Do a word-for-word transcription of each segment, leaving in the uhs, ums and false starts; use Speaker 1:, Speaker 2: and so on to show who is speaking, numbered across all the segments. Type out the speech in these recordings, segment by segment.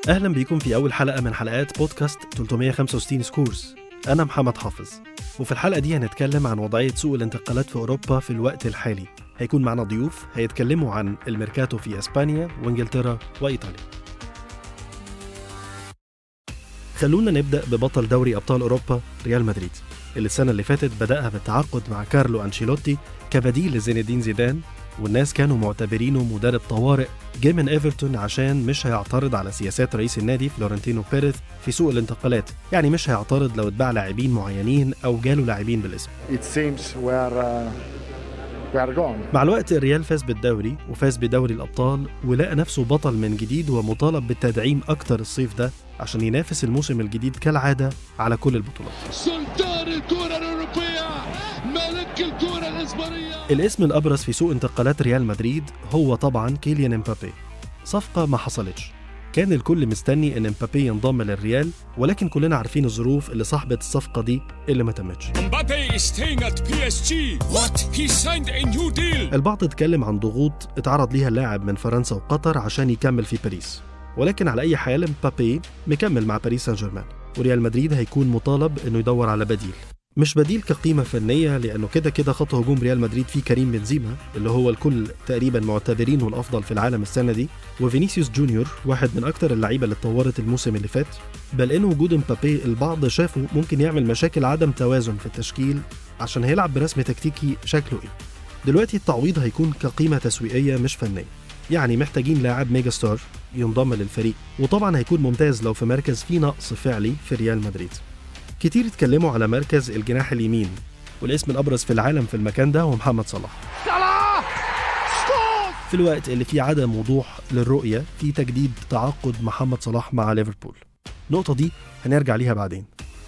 Speaker 1: أهلا بيكم في أول حلقة من حلقات بودكاست ثلاثمية وخمسة وستين سكورز. أنا محمد حافظ، وفي الحلقة دي هنتكلم عن وضعية سوق الانتقالات في أوروبا في الوقت الحالي. هيكون معنا ضيوف هيتكلموا عن الميركاتو في أسبانيا وإنجلترا وإيطاليا. خلونا نبدأ ببطل دوري أبطال أوروبا ريال مدريد، اللي السنة اللي فاتت بدأها بالتعاقد مع كارلو أنشيلوتي كبديل لزين الدين زيدان، والناس كانوا معتبرينه مدرب طوارئ جاي من إيفرتون عشان مش هيعترض على سياسات رئيس النادي فلورنتينو بيريز في سوق الانتقالات. يعني مش هيعترض لو اتباع لاعبين معينين أو جاله لاعبين بالاسم. مع الوقت الريال فاز بالدوري وفاز بدوري الأبطال ولقى نفسه بطل من جديد ومطالب بالتدعيم أكتر الصيف ده عشان ينافس الموسم الجديد كالعادة على كل البطولات.
Speaker 2: سلطان الكرة الأوروبية، ملك الكرة الإسبانية.
Speaker 1: الاسم الأبرز في سوق انتقالات ريال مدريد هو طبعا كيليان امبابي. صفقة ما حصلتش، كان الكل مستني ان امبابي ينضم للريال، ولكن كلنا عارفين الظروف اللي صاحبت الصفقة دي اللي ما تمتش. البعض اتكلم عن ضغوط اتعرض ليها اللاعب من فرنسا وقطر عشان يكمل في باريس، ولكن على أي حال امبابي مكمل مع باريس سان جيرمان، وريال مدريد هيكون مطالب انه يدور على بديل. مش بديل كقيمة فنية، لأنه كده كده خط هجوم ريال مدريد فيه كريم بنزيما اللي هو الكل تقريبا معتبرينه الأفضل في العالم السنة دي، وفينيسيوس جونيور واحد من أكتر اللعيبة اللي اتطورت الموسم اللي فات. بل إن وجود امبابي البعض شافه ممكن يعمل مشاكل عدم توازن في التشكيل عشان هيلعب برسم تكتيكي شكله إيه. دلوقتي التعويض هيكون كقيمة تسويقية مش فنية، يعني محتاجين لاعب ميجا ستار ينضم للفريق، وطبعا هيكون ممتاز لو في مركز فيه نقص فعلي في ريال مدريد. كتير اتكلموا على مركز الجناح اليمين، والاسم الأبرز في العالم في المكان ده هو محمد صلاح. في الوقت اللي فيه عدم وضوح للرؤية في تجديد تعاقد محمد صلاح مع ليفربول، النقطة دي هنرجع ليها بعدين.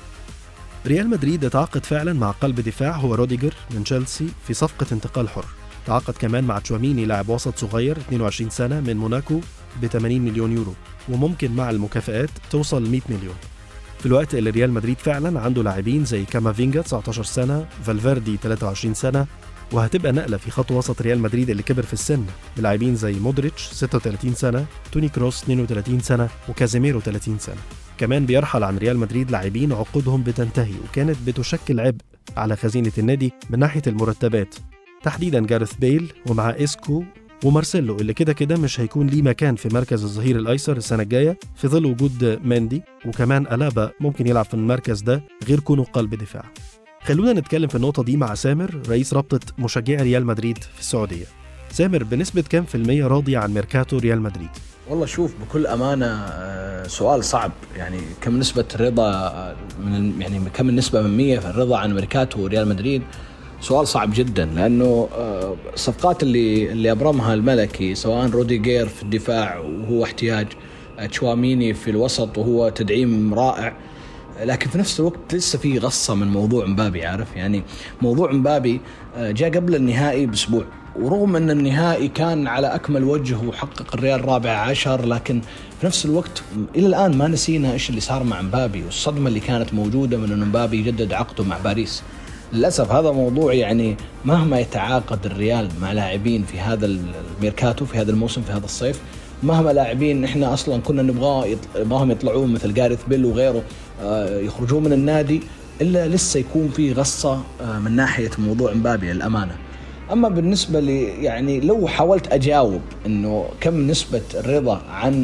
Speaker 1: ريال مدريد اتعاقد فعلا مع قلب دفاع هو روديجر من تشيلسي في صفقة انتقال حر. تعاقد كمان مع تشواميني لاعب وسط صغير اثنين وعشرين سنة من موناكو ب ثمانين مليون يورو، وممكن مع المكافآت توصل مئة مليون. في الوقت اللي ريال مدريد فعلا عنده لاعبين زي كامافينجا تسعة عشر سنة، فالفيردي ثلاثة وعشرين سنة، وهتبقى نقلة في خط وسط ريال مدريد اللي كبر في السن بلاعبين زي مودريتش ستة وثلاثين سنة، توني كروس اثنين وثلاثين سنة، وكازيميرو ثلاثين سنة. كمان بيرحل عن ريال مدريد لاعبين عقودهم بتنتهي وكانت بتشكل عبء على خزينة النادي من ناحية المرتبات، تحديدا جارث بيل ومع إسكو ومارسيلو اللي كده كده مش هيكون ليه مكان في مركز الظهير الأيسر السنة الجاية في ظل وجود ماندي، وكمان ألابا ممكن يلعب في المركز ده غير كونه قلب دفاع. خلونا نتكلم في النقطة دي مع سامر رئيس رابطة مشجعي ريال مدريد في السعودية. سامر، بنسبة كام في المية راضي عن ميركاتو ريال مدريد؟
Speaker 3: والله شوف، بكل أمانة سؤال صعب. يعني كم نسبة الرضا من يعني كم النسبة من مية في الرضا عن ميركاتو ريال مدريد؟ سؤال صعب جدا، لأنه الصفقات اللي اللي أبرمها الملكي سواء روديجير في الدفاع وهو احتياج، تشواميني في الوسط وهو تدعيم رائع، لكن في نفس الوقت لسه في غصة من موضوع مبابي. عارف يعني موضوع مبابي جاء قبل النهائي بأسبوع، ورغم أن النهائي كان على أكمل وجه وحقق الريال الرابع عشر، لكن في نفس الوقت إلى الآن ما نسينا إيش اللي صار مع مبابي والصدمة اللي كانت موجودة من أن مبابي يجدد عقده مع باريس. للأسف هذا موضوع، يعني مهما يتعاقد الريال مع لاعبين في هذا الميركاتو في هذا الموسم في هذا الصيف، مهما لاعبين إحنا أصلا كنا نبغى يطلعون يطلعون مثل جارث بيل وغيره يخرجون من النادي، إلا لسه يكون في غصة من ناحية موضوع مبابي الأمانة. أما بالنسبة لي، يعني لو حاولت أجاوب إنه كم نسبة الرضا عن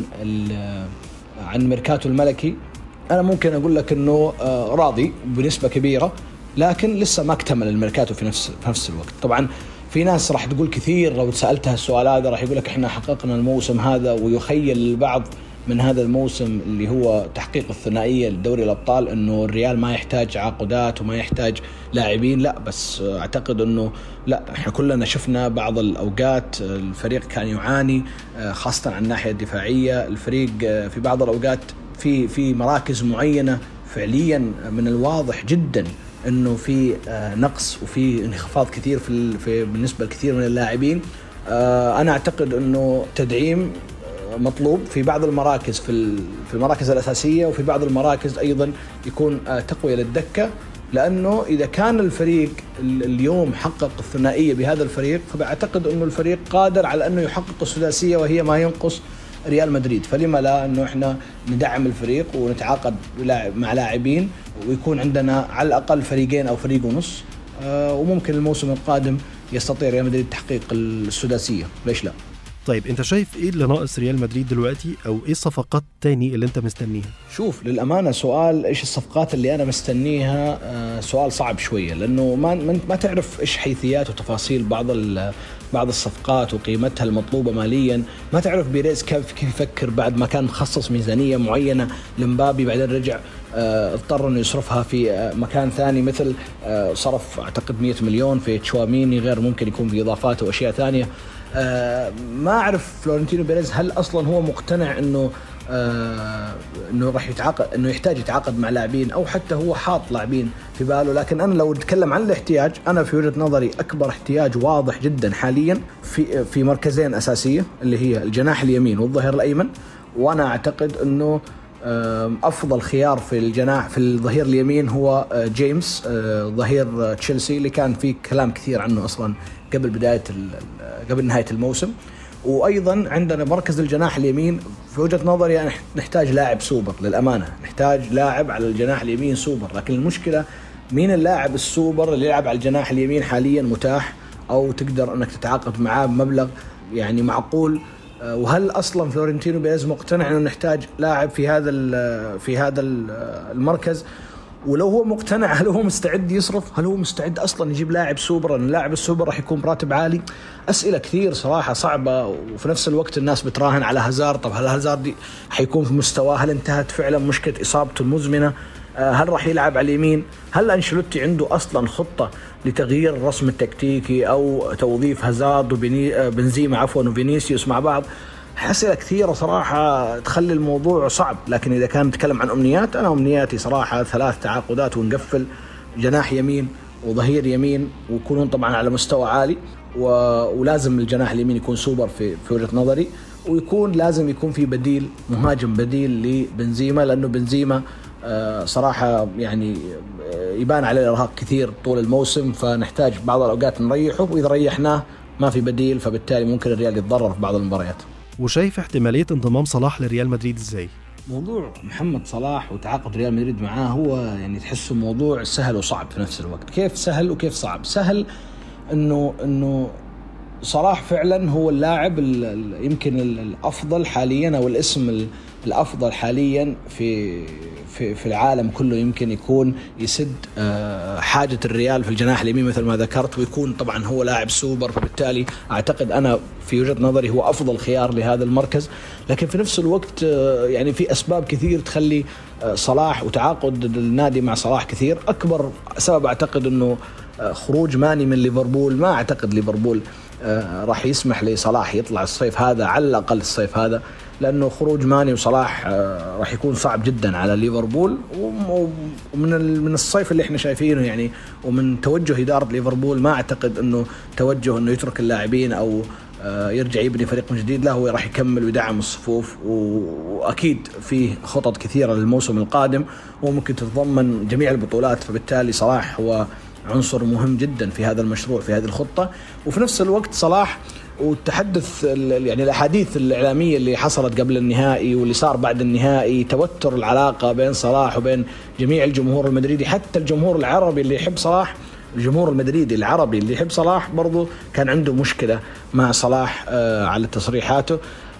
Speaker 3: عن ميركاتو الملكي، أنا ممكن أقول لك إنه راضي بنسبة كبيرة، لكن لسه ما اكتمل الميركاتو في نفس في نفس الوقت. طبعا في ناس راح تقول كثير لو سألتها السؤال هذا راح يقول لك احنا حققنا الموسم هذا، ويخيل البعض من هذا الموسم اللي هو تحقيق الثنائية لدوري الأبطال انه الريال ما يحتاج عقودات وما يحتاج لاعبين. لا، بس اعتقد انه لا، احنا كلنا شفنا بعض الأوقات الفريق كان يعاني خاصة عن الناحية الدفاعية. الفريق في بعض الأوقات في في مراكز معينة فعليا من الواضح جدا انه في نقص وفي انخفاض كثير في, في بالنسبه لكثير من اللاعبين. انا اعتقد انه تدعيم مطلوب في بعض المراكز في في المراكز الاساسيه، وفي بعض المراكز ايضا يكون تقويه للدكه، لانه اذا كان الفريق اليوم حقق الثنائيه بهذا الفريق، فاعتقد انه الفريق قادر على انه يحقق السداسيه، وهي ما ينقص ريال مدريد، فلما لا انه احنا ندعم الفريق ونتعاقد مع لاعبين ويكون عندنا على الاقل فريقين او فريق ونص، وممكن الموسم القادم يستطيع ريال مدريد تحقيق السداسية، ليش لا؟
Speaker 1: طيب انت شايف ايه اللي ناقص ريال مدريد دلوقتي، او ايه الصفقات تاني اللي انت مستنيها؟
Speaker 3: شوف للأمانة سؤال ايش الصفقات اللي انا مستنيها آه سؤال صعب شوية، لانه ما ما تعرف ايش حيثيات وتفاصيل بعض بعض الصفقات وقيمتها المطلوبة ماليا، ما تعرف بيريز كيف كيف يفكر بعد ما كان مخصص ميزانية معينة لمبابي بعدين رجع آه اضطر انه يصرفها في آه مكان ثاني، مثل آه صرف اعتقد مئة مليون في تشواميني، غير ممكن يكون في اضافات واشياء ثانية. آه ما أعرف فلورنتينو بيريز هل أصلا هو مقتنع إنه آه إنه راح يتعاقد، إنه يحتاج يتعاقد مع لاعبين، أو حتى هو حاط لاعبين في باله. لكن أنا لو أتكلم عن الاحتياج، أنا في وجهة نظري أكبر احتياج واضح جدا حاليا في في مركزين أساسية اللي هي الجناح اليمين والظهير الأيمن، وأنا أعتقد إنه أفضل خيار في الجناح في الظهير اليمين هو جيمس ظهير تشيلسي اللي كان فيه كلام كثير عنه أصلا قبل بداية قبل نهاية الموسم. وأيضا عندنا مركز الجناح اليمين في وجهة نظري يعني نحتاج لاعب سوبر، للأمانة نحتاج لاعب على الجناح اليمين سوبر، لكن المشكلة مين اللاعب السوبر اللي يلعب على الجناح اليمين حاليا متاح أو تقدر أنك تتعاقد معاه بمبلغ يعني معقول؟ وهل اصلا فلورنتينو بيريز مقتنع انه نحتاج لاعب في هذا في هذا المركز؟ ولو هو مقتنع هل هو مستعد يصرف؟ هل هو مستعد اصلا يجيب لاعب سوبر؟ ان اللاعب السوبر راح يكون براتب عالي. اسئله كثير صراحه صعبه، وفي نفس الوقت الناس بتراهن على هازارد. طب هل هازارد حيكون في مستواه؟ هل انتهت فعلا مشكله اصابته المزمنه؟ هل راح يلعب على اليمين؟ هل أنشيلوتي عنده أصلا خطة لتغيير الرسم التكتيكي أو توظيف هازارد وبنزيما عفوا وفينيسيوس مع بعض؟ أسئلة كثيرة صراحة تخلي الموضوع صعب. لكن إذا كان نتكلم عن أمنيات، أنا أمنياتي صراحة ثلاث تعاقدات ونقفل، جناح يمين وظهير يمين ويكونون طبعا على مستوى عالي، ولازم الجناح اليمين يكون سوبر في في وجهة نظري، ويكون لازم يكون في بديل مهاجم بديل لبنزيما، لأنه بنزيما صراحة يعني يبان عليه الإرهاق كثير طول الموسم، فنحتاج بعض الأوقات نريحه، وإذا ريحناه ما في بديل، فبالتالي ممكن الريال يتضرر في بعض المباريات.
Speaker 1: وشايف احتمالية انضمام صلاح لريال مدريد إزاي؟
Speaker 3: موضوع محمد صلاح وتعاقد ريال مدريد معاه هو يعني تحسه موضوع سهل وصعب في نفس الوقت. كيف سهل وكيف صعب؟ سهل إنه إنه صلاح فعلا هو اللاعب يمكن الأفضل حاليا، أو الاسم الأفضل حاليا في في في العالم كله، يمكن يكون يسد حاجة الريال في الجناح اليمين مثل ما ذكرت، ويكون طبعا هو لاعب سوبر، فبالتالي أعتقد أنا في وجهة نظري هو أفضل خيار لهذا المركز. لكن في نفس الوقت يعني في أسباب كثير تخلي صلاح وتعاقد النادي مع صلاح كثير. أكبر سبب أعتقد أنه خروج ماني من ليفربول. ما أعتقد ليفربول راح يسمح لصلاح يطلع الصيف هذا، على الأقل الصيف هذا، لأنه خروج ماني وصلاح راح يكون صعب جدا على ليفربول. ومن من الصيف اللي احنا شايفينه يعني، ومن توجه إدارة ليفربول، ما أعتقد أنه توجه أنه يترك اللاعبين أو يرجع يبني فريق من جديد، لا هو راح يكمل ويدعم الصفوف، وأكيد فيه خطط كثيرة للموسم القادم وممكن تتضمن جميع البطولات، فبالتالي صلاح هو عنصر مهم جدا في هذا المشروع في هذه الخطة. وفي نفس الوقت صلاح والتحدث يعني الأحاديث الإعلامية اللي حصلت قبل النهائي واللي صار بعد النهائي، توتر العلاقة بين صلاح وبين جميع الجمهور المدريدي، حتى الجمهور العربي اللي يحب صلاح، الجمهور المدريدي العربي اللي يحب صلاح برضو كان عنده مشكلة مع صلاح على تصريحاته.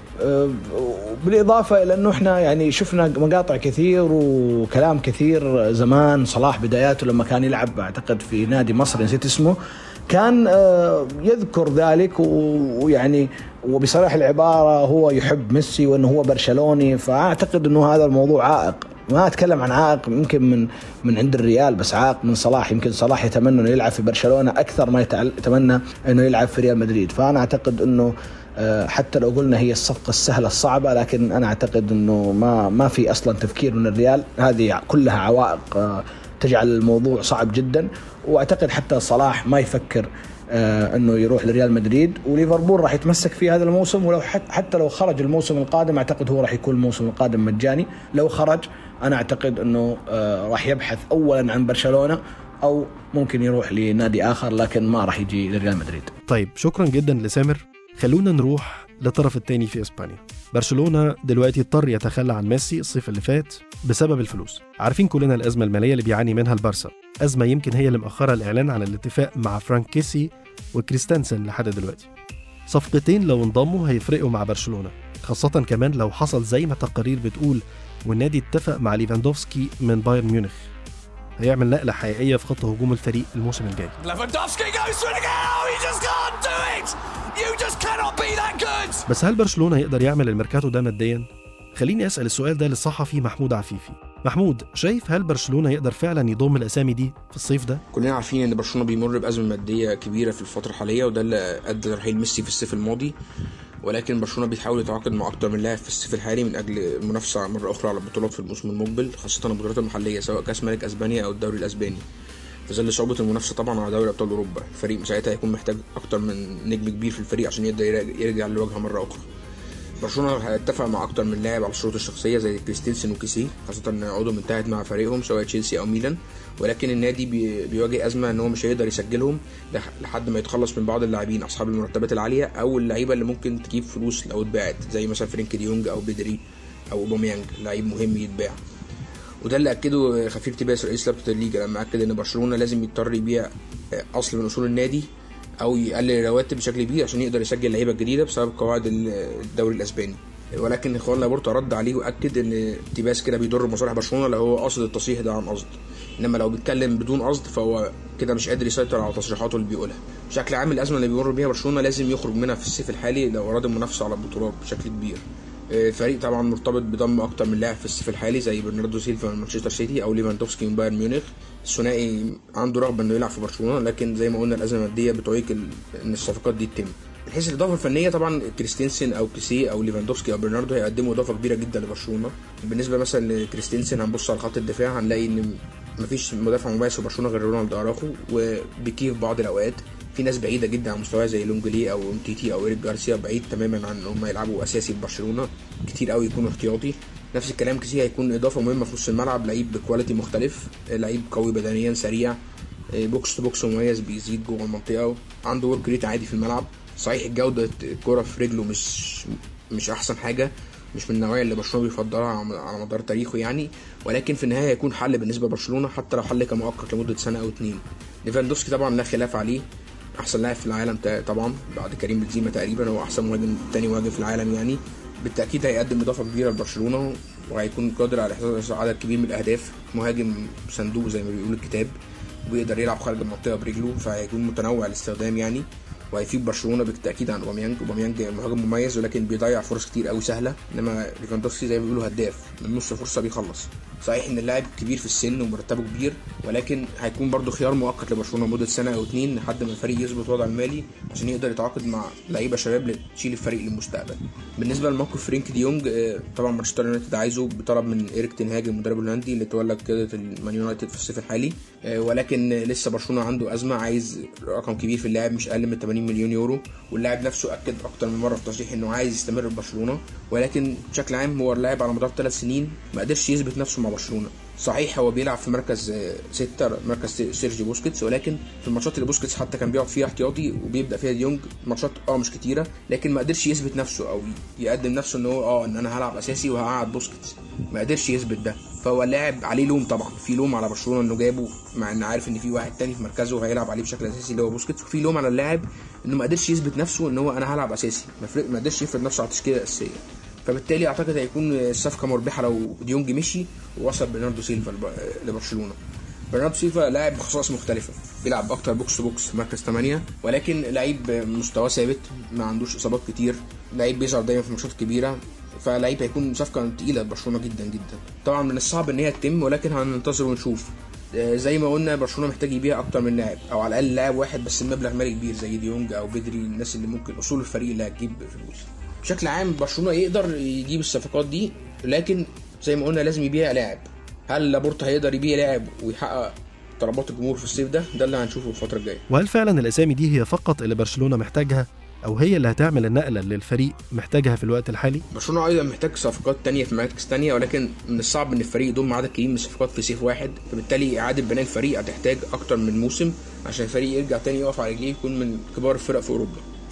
Speaker 3: بالإضافة إلى أنه إحنا يعني شفنا مقاطع كثير وكلام كثير زمان صلاح بداياته لما كان يلعب أعتقد في نادي مصر نسيت اسمه، كان يذكر ذلك ويعني وبصراحة العبارة هو يحب ميسي وأنه هو برشلوني. فأعتقد أنه هذا الموضوع عائق، ما أتكلم عن عائق يمكن من من عند الريال بس، عائق من صلاح. يمكن صلاح يتمنى أنه يلعب في برشلونة أكثر ما يتمنى أنه يلعب في ريال مدريد. فأنا أعتقد أنه حتى لو قلنا هي الصفقة السهلة الصعبة، لكن أنا أعتقد أنه ما ما في أصلا تفكير من الريال، هذه كلها عوائق تجعل الموضوع صعب جدا. وأعتقد حتى صلاح ما يفكر أنه يروح لريال مدريد، وليفربول راح يتمسك في هذا الموسم. ولو حتى لو خرج الموسم القادم أعتقد هو راح يكون الموسم القادم مجاني. لو خرج أنا أعتقد أنه راح يبحث أولا عن برشلونة أو ممكن يروح لنادي آخر، لكن ما راح يجي لريال مدريد.
Speaker 1: طيب شكرا جدا لسامر. خلونا نروح للطرف الثاني في إسبانيا. برشلونة دلوقتي اضطر يتخلى عن ميسي الصيف اللي فات بسبب الفلوس. عارفين كلنا الأزمة المالية اللي بيعاني منها البارسا، أزمة يمكن هي اللي مأخرة الإعلان عن الاتفاق مع فرانك كيسي وكريستنسن لحد دلوقتي. صفقتين لو انضموا هيفرقوا مع برشلونة، خاصة كمان لو حصل زي ما تقارير بتقول والنادي اتفق مع ليفاندوفسكي من بايرن ميونخ. هيعمل نقلة حقيقية في خط هجوم الفريق الموسم الجاي. بس هل برشلونة يقدر يعمل الميركاتو ده ماديا؟ خليني أسأل السؤال ده للصحفي محمود عفيفي. محمود، شايف هل برشلونة يقدر فعلا يضم الأسامي دي في الصيف ده؟
Speaker 4: كلنا عارفين ان برشلونة بيمر بأزمة مادية كبيرة في الفترة الحالية، وده اللي أدى لرحيل ميسي في الصيف الماضي، ولكن برشلونة بيحاول يتعاقد مع أكتر من لاعب في الصيف الحالي من أجل المنافسة مرة أخرى على البطولات في الموسم المقبل، خاصة البطولات المحلية سواء كأس ملك أسبانيا أو الدوري الأسباني. في ظل صعوبة المنافسة طبعا على دوري أبطال أوروبا، الفريق ساعتها هيكون محتاج أكتر من نجم كبير في الفريق عشان يقدر يرجع للواجهة مرة أخرى. برشلونة هيتفق مع أكتر من لاعب على الشروط الشخصية زي كريستنسن وكيسي، خاصة إن عقودهم انتهت مع فريقهم سواء تشيلسي أو ميلان، ولكن النادي بيواجه أزمة إن هو مش هيقدر يسجلهم لحد ما يتخلص من بعض اللاعبين أصحاب المرتبات العالية أو اللعيبة اللي ممكن تجيب فلوس لو اتباعت، زي مثلا فرينك دي يونج أو بدري أو أوباميانج، لعيب مهم يتباع. وده اللي أكده خفير تباس رئيس لجنة الليجا لما أكد إن برشلونة لازم يضطر يبيع أصل من أصول النادي أو يقلل الرواتب بشكل كبير عشان يقدر يسجل لعيبة جديدة بسبب قواعد الدوري الأسباني. ولكن خوان لابورتا رد عليه واكد ان تيباس كده بيضر مصالح برشلونه لو هو قاصد التصريح ده عن قصد، انما لو بيتكلم بدون قصد فهو كده مش قادر يسيطر على تصريحاته اللي بيقولها. بشكل عام الازمه اللي بيمر بيها برشلونه لازم يخرج منها في الصيف الحالي لو اراد المنافسه على البطولات بشكل كبير. الفريق طبعا مرتبط بضم اكتر من لاعب في الصيف الحالي زي برناردو سيلفا من مانشستر سيتي او ليفاندوفسكي من بايرن ميونخ. الثنائي عنده رغبه انه يلعب في برشلونه، لكن زي ما قلنا الازمه الماديه بتعيق ان الصفقات دي تتم. من حيث الاضافه الفنيه طبعا كريستنسن او كيسي او ليفاندوفسكي او برناردو هيقدموا اضافه كبيره جدا لبرشلونه. بالنسبه مثلا لكريستنسن هنبص على خط الدفاع هنلاقي ان مفيش مدافع مميز في برشلونه غير رونالدو اراخو وبيكيه في بعض الاوقات. في ناس بعيده جدا عن مستواه زي لونجلي او امتيتي او إيريك جارسيا بعيد تماما عن ان هم يلعبوا اساسي في برشلونه، كتير قوي يكونوا احتياطي. نفس الكلام كيسي هيكون اضافه مهمه في نص الملعب، لعيب بكواليتي مختلف، لعيب قوي بدنيا سريع، بوكس تو بوكس مميز بيزيد جوه المنطقه، عنده ورك ريت عادي في الملعب. صحيح جوده الكره في رجله مش مش احسن حاجه، مش من النوعيه اللي برشلونه بيفضلها على مدار تاريخه يعني، ولكن في النهايه هيكون حل بالنسبه لبرشلونه حتى لو حل كمؤقت لمده سنه او اتنين. ليفاندوفسكي طبعا لا خلاف عليه، احسن لاعب في العالم طبعا بعد كريم بنزيما تقريبا، هو احسن مهاجم تاني مهاجم في العالم يعني. بالتاكيد هيقدم اضافه كبيره لبرشلونه وهيكون قادر على احراز عدد كبير من الاهداف، مهاجم صندوق زي ما بيقول الكتاب، وبيقدر يلعب خارج المنطقه برجله، فهيكون متنوع الاستخدام يعني، وهيفيد برشلونه بالتاكيد عن اوباميانج. اوباميانج مهاجم مميز ولكن بيضيع فرص كتير قوي سهله، انما ليفاندوفسكي زي ما بيقولوا هداف، من نص فرصه بيخلص. صحيح ان اللاعب كبير في السن ومرتبه كبير، ولكن هيكون برضو خيار مؤقت لبرشلونه مده سنه او اتنين لحد ما الفريق يظبط وضعه المالي عشان يقدر يتعاقد مع لعيبه شباب تشيل الفريق للمستقبل. بالنسبه لموقف فرينك دي يونج، طبعا مانشستر يونايتد عايزه بطلب من إيريك تين هاج المدرب الهولندي اللي تولى قياده المان يونايتد في الصيف الحالي، ولكن لسه برشلونه عنده ازمه، عايز رقم كبير في اللاعب مش اقل من ثمانين مليون يورو، واللاعب نفسه اكد اكتر من مره في تصريح انه عايز يستمر في برشلونه، ولكن بشكل عام هو اللاعب على مدار ثلاث سنين ما قدرش يثبت نفسه مع برشلونه. صحيح هو بيلعب في مركز ستة، مركز سيرجي بوسكيتس، ولكن في الماتشات اللي بوسكيتس حتى كان بيقعد فيها احتياطي وبيبدا فيها ديونج ماتشات اه مش كتيره، لكن ما قدرش يثبت نفسه او يقدم نفسه ان هو اه ان انا هلعب اساسي وهقعد بوسكيتس، ما قدرش يثبت ده. فهو اللاعب عليه لوم، طبعا في لوم على برشلونه انه جابه مع ان عارف ان في واحد تاني في مركزه هيلعب عليه بشكل اساسي اللي هو بوسكيتس، وفي لوم على اللاعب انه ما قدرش يثبت نفسه ان هو انا هلعب اساسي، ما قدرش يفرض نفسه على التشكيله الاساسيه. فبالتالي اعتقد هيكون الصفقه مربحه لو ديونج مشي ووصل برناردو سيلفا لبرشلونه. برناردو سيلفا لاعب بخصائص مختلفه، بيلعب اكتر بوكس تو بوكس في مركز ثمانية، ولكن لعيب مستواه ثابت، ما عندوش اصابات كتير، لعيب بيظهر دايما في ماتشات كبيره، فلعيب هيكون صفقه تقيله لبرشلونه جدا جدا. طبعا من الصعب ان هي تتم، ولكن هننتظر ونشوف. زي ما قلنا برشلونه محتاج يبيع اكتر من لاعب او على الاقل لاعب واحد بس المبلغ مالي كبير زي ديونج او بدري، الناس اللي ممكن اصول الفريق اللي هتجيب فلوس. بشكل عام برشلونه يقدر يجيب الصفقات دي، لكن زي ما قلنا لازم يبيع لاعب. هل لابورتا هيقدر يبيع لاعب ويحقق طلبات الجمهور في الصيف ده؟ ده اللي هنشوفه الفتره الجايه.
Speaker 1: وهل فعلا الاسامي دي هي فقط اللي برشلونه محتاجها، او هي اللي هتعمل النقله اللي الفريق محتاجها في الوقت الحالي؟
Speaker 4: برشلونه ايضا محتاج صفقات تانية في مراكز تانية، ولكن من الصعب ان الفريق يضم عدد كبير من الصفقات في صيف واحد، فبالتالي اعاده بناء الفريق هتحتاج اكتر من موسم عشان الفريق يرجع تاني يقف على رجليه، يكون من كبار الفرق في اوروبا.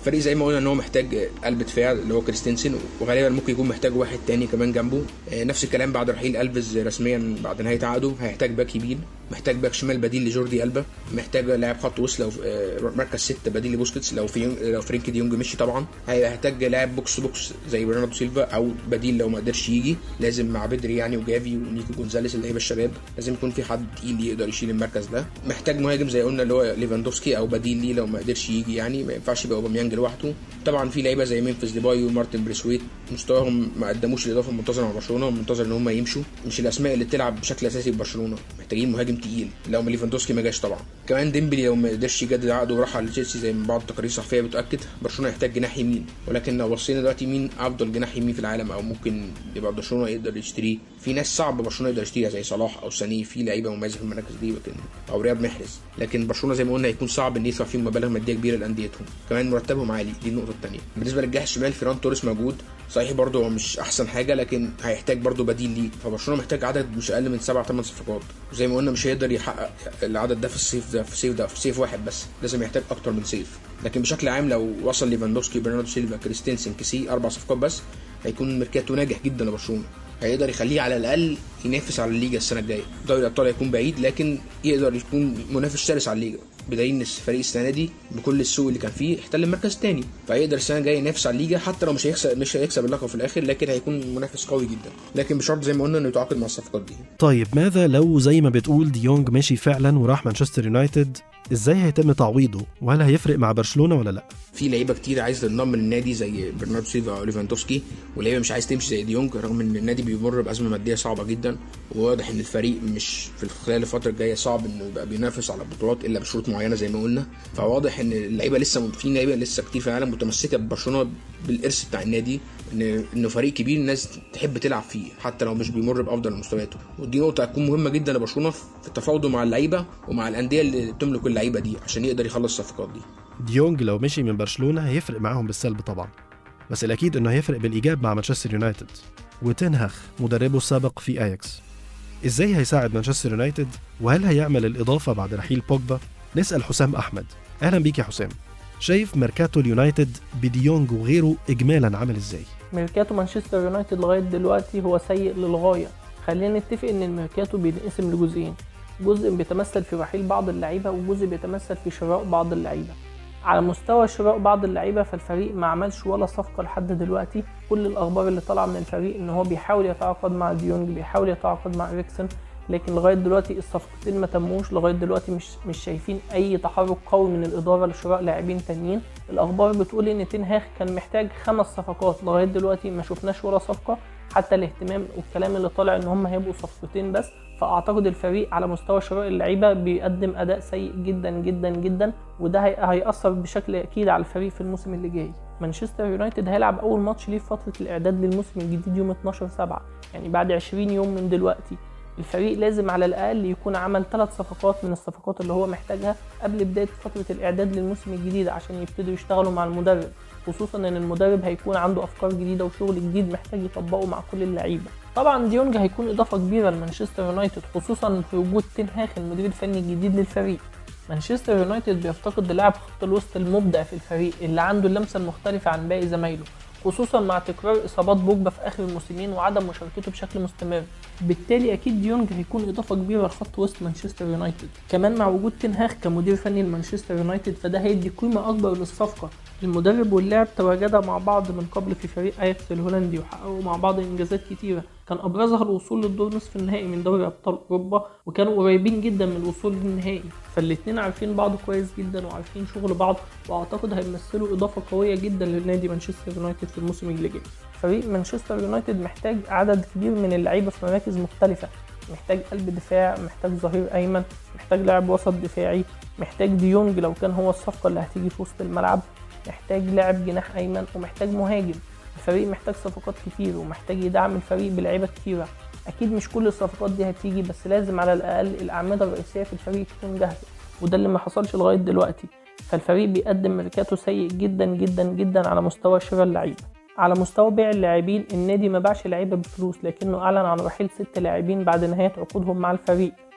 Speaker 4: الفريق زي ما قلنا ان هو محتاج قلب دفاع اللي هو كريستنسن، وغالبا ممكن يكون محتاج واحد تاني كمان جنبه. نفس الكلام بعد رحيل ألفيز رسميا بعد نهايه عقده، هيحتاج باك يمين، محتاج باك شمال بديل لجوردي ألبا، محتاج لاعب خط وسط لو مركز ستة بديل لبوسكيتس لو في لو فرينكي دي يونج مشي طبعا، هيحتاج لاعب بوكس بوكس زي برناردو سيلفا او بديل لو ما قدرش يجي، لازم مع بدري يعني وجافي ونيكو جونزاليس اللعيبه الشباب لازم يكون في حد تقيل يقدر يشيل المركز ده. محتاج مهاجم زي قلنا اللي هو ليفاندوفسكي او بديل ليه لو ما قدرش يجي، يعني ما ينفعش يبقى اوباميانج لوحده. طبعا في لعيبه زي ممفيس ديباي ومارتن بريسويت مستواهم ما قدموش الاضافه المنتظره مع برشلونه، ومنتظر ان هم يمشوا، مش الاسماء اللي تلعب بشكل اساسي في برشلونه، محتاجين مهاجم تقيل لو ما ليفاندوفسكي ما جاش طبعا. كمان ديمبلي لو ما قدرش يجدد عقده وراح على تشيلسي زي ما بعض التقارير الصحفيه بتاكد، برشلونه يحتاج جناح يمين. ولكن لو بصينا دلوقتي مين افضل جناح يمين في العالم او ممكن يبقى برشلونه يقدر يشتريه، في ناس صعب برشلونه يقدر يشتريها زي صلاح او ساني، في لعيبه مميزه في المراكز دي لكن او رياض محرز، لكن برشلونه زي ما قلنا هيكون صعب ان يدفع فيهم مبالغ ماديه كبيره لانديتهم. كمان مرتبهم عالي، دي النقطه الثانيه. بالنسبه للجناح الشمال فيران توريس موجود صحيح برضه هو مش احسن حاجه، لكن هيحتاج برضه بديل ليه، فبرشلونه محتاج عدد مش اقل من سبعة ثمان صفقات، وزي ما قلنا مش هيقدر يحقق العدد ده في الصيف ده في الصيف ده في صيف واحد بس، لازم يحتاج اكتر من صيف. لكن بشكل عام لو وصل ليفاندوفسكي برناردو سيلفا كريستنسن كيسي اربع صفقات بس، هيكون ميركاتو ناجح جدا لبرشلونه، هيقدر يخليه على الاقل ينافس على الليجا السنه الجايه. دوري الابطال هيكون بعيد لكن يقدر يكون منافس شرس على الليجا، بدليل ان الفريق السنه دي بكل السوق اللي كان فيه احتل المركز الثاني، فيقدر السنه الجايه ينافس على الليجا حتى لو مش هيكسب مش هيكسب اللقب في الاخر، لكن هيكون منافس قوي جدا، لكن بشرط زي ما قلنا انه يتعاقد مع الصفقات دي.
Speaker 1: طيب ماذا لو زي ما بتقول ديونج ماشي فعلا وراح مانشستر يونايتد، ازاي هيتم تعويضه وهل هيفرق مع برشلونه ولا لا؟
Speaker 4: في لعيبه كتير عايزه تنضم للنادي زي برناردو سيلفا او ليفاندوفسكي، ولعيبه مش عايز تمشي زي ديونج رغم ان النادي بيمر بازمه ماديه صعبه جدا، وواضح ان الفريق مش في خلال الفتره الجايه صعب انه يبقى بينافس على بطولات الا بشروط معينه زي ما قلنا. فواضح ان اللعيبه لسه في لعيبه لسه كتير في العالم متمسكه ببرشلونه بالارث بتاع النادي، ان انه فريق كبير الناس تحب تلعب فيه حتى لو مش بيمر بافضل مستوياته، ودي نقطه هتكون مهمه جدا لبرشلونه في تفاوضه مع اللعيبه ومع الانديه اللي بتملك اللعيبه دي عشان يقدر يخلص الصفقات دي.
Speaker 1: ديونج لو مشي من برشلونه هيفرق معاهم بالسلب طبعا، بس الاكيد انه هيفرق بالايجاب مع مانشستر يونايتد. وتنهخ مدربه السابق في اياكس ازاي هيساعد مانشستر يونايتد، وهل هيعمل الاضافه بعد رحيل بوجبا؟ نسال حسام احمد. اهلا بيك يا حسام، شايف ميركاتو اليونايتد بديونج وغيره اجمالا عامل ازاي؟
Speaker 5: ميركاتو مانشستر يونايتد لغايه دلوقتي هو سيء للغايه. خلينا نتفق ان الميركاتو بينقسم لجزئين، جزء بيتمثل في رحيل بعض اللعيبه وجزء بيتمثل في شراء بعض اللعيبه. على مستوى شراء بعض اللعيبه فالفريق ما عملش ولا صفقه لحد دلوقتي، كل الاخبار اللي طالعه من الفريق ان هو بيحاول يتعاقد مع ديونج، بيحاول يتعاقد مع إريكسن، لكن لغايه دلوقتي الصفقتين ما تموش، لغايه دلوقتي مش مش شايفين اي تحرك قوي من الاداره لشراء لاعبين تانيين. الاخبار بتقول ان تنهاخ كان محتاج خمس صفقات، لغايه دلوقتي ما شفناش ولا صفقه، حتى الاهتمام والكلام اللي طالع ان هم هيبقوا صفقتين بس. فاعتقد الفريق على مستوى شراء اللعيبه بيقدم اداء سيء جدا جدا جدا، وده هيأثر بشكل اكيد على الفريق في الموسم اللي جاي. مانشستر يونايتد هيلعب اول ماتش ليه في فتره الاعداد للموسم الجديد يوم اتناشر سبعة، يعني بعد عشرين يوم من دلوقتي. الفريق لازم على الاقل يكون عمل ثلاث صفقات من الصفقات اللي هو محتاجها قبل بدايه فتره الاعداد للموسم الجديد عشان يبتدوا يشتغلوا مع المدرب، خصوصا ان المدرب هيكون عنده افكار جديده وشغل جديد محتاج يطبقه مع كل اللعيبه. طبعا ديونج هيكون اضافه كبيره لمانشستر يونايتد، خصوصا في وجود تنهاخ المدير الفني الجديد للفريق. مانشستر يونايتد بيفتقد لاعب خط الوسط المبدع في الفريق اللي عنده اللمسه المختلفه عن باقي زمايله، خصوصا مع تكرار اصابات بوجبا في اخر الموسمين وعدم مشاركته بشكل مستمر. بالتالي اكيد ديونج هيكون اضافه كبيره لخط وسط مانشستر يونايتد. كمان مع وجود تنهاخ كمدير فني لمانشستر يونايتد فده هيدي قيمه اكبر للصفقه. المدرب واللاعب تواجدا مع بعض من قبل في فريق اياكس الهولندي وحققوا مع بعض انجازات كتيره، كان ابرزها الوصول للدور نصف النهائي من دوري ابطال اوروبا، وكانوا قريبين جدا من الوصول للنهائي. فالاثنين عارفين بعض كويس جدا وعارفين شغل بعض، واعتقد هيمثلوا اضافه قويه جدا للنادي مانشستر يونايتد في الموسم اللي جاي. فريق مانشستر يونايتد محتاج عدد كبير من اللعيبه في مراكز مختلفه، محتاج قلب دفاع، محتاج ظهير ايمن، محتاج لاعب وسط دفاعي، محتاج ديونج لو كان هو الصفقه اللي هتيجي في وسط الملعب، محتاج لاعب جناح ايمن، ومحتاج مهاجم. الفريق محتاج صفقات كتير ومحتاج يدعم الفريق بلعيبه كتيره. اكيد مش كل الصفقات دي هتيجي، بس لازم على الاقل الاعمده الرئيسيه في الفريق تكون جاهزه، وده اللي ما حصلش لغايه دلوقتي. فالفريق بيقدم ميركاتو سيء جدا جدا جدا على مستوى شراء اللعيبه. على مستوى بيع اللاعبين النادي ما باعش لعيبه بفلوس، لكنه اعلن عن رحيل ست لاعبين بعد نهايه عقودهم مع الفريق.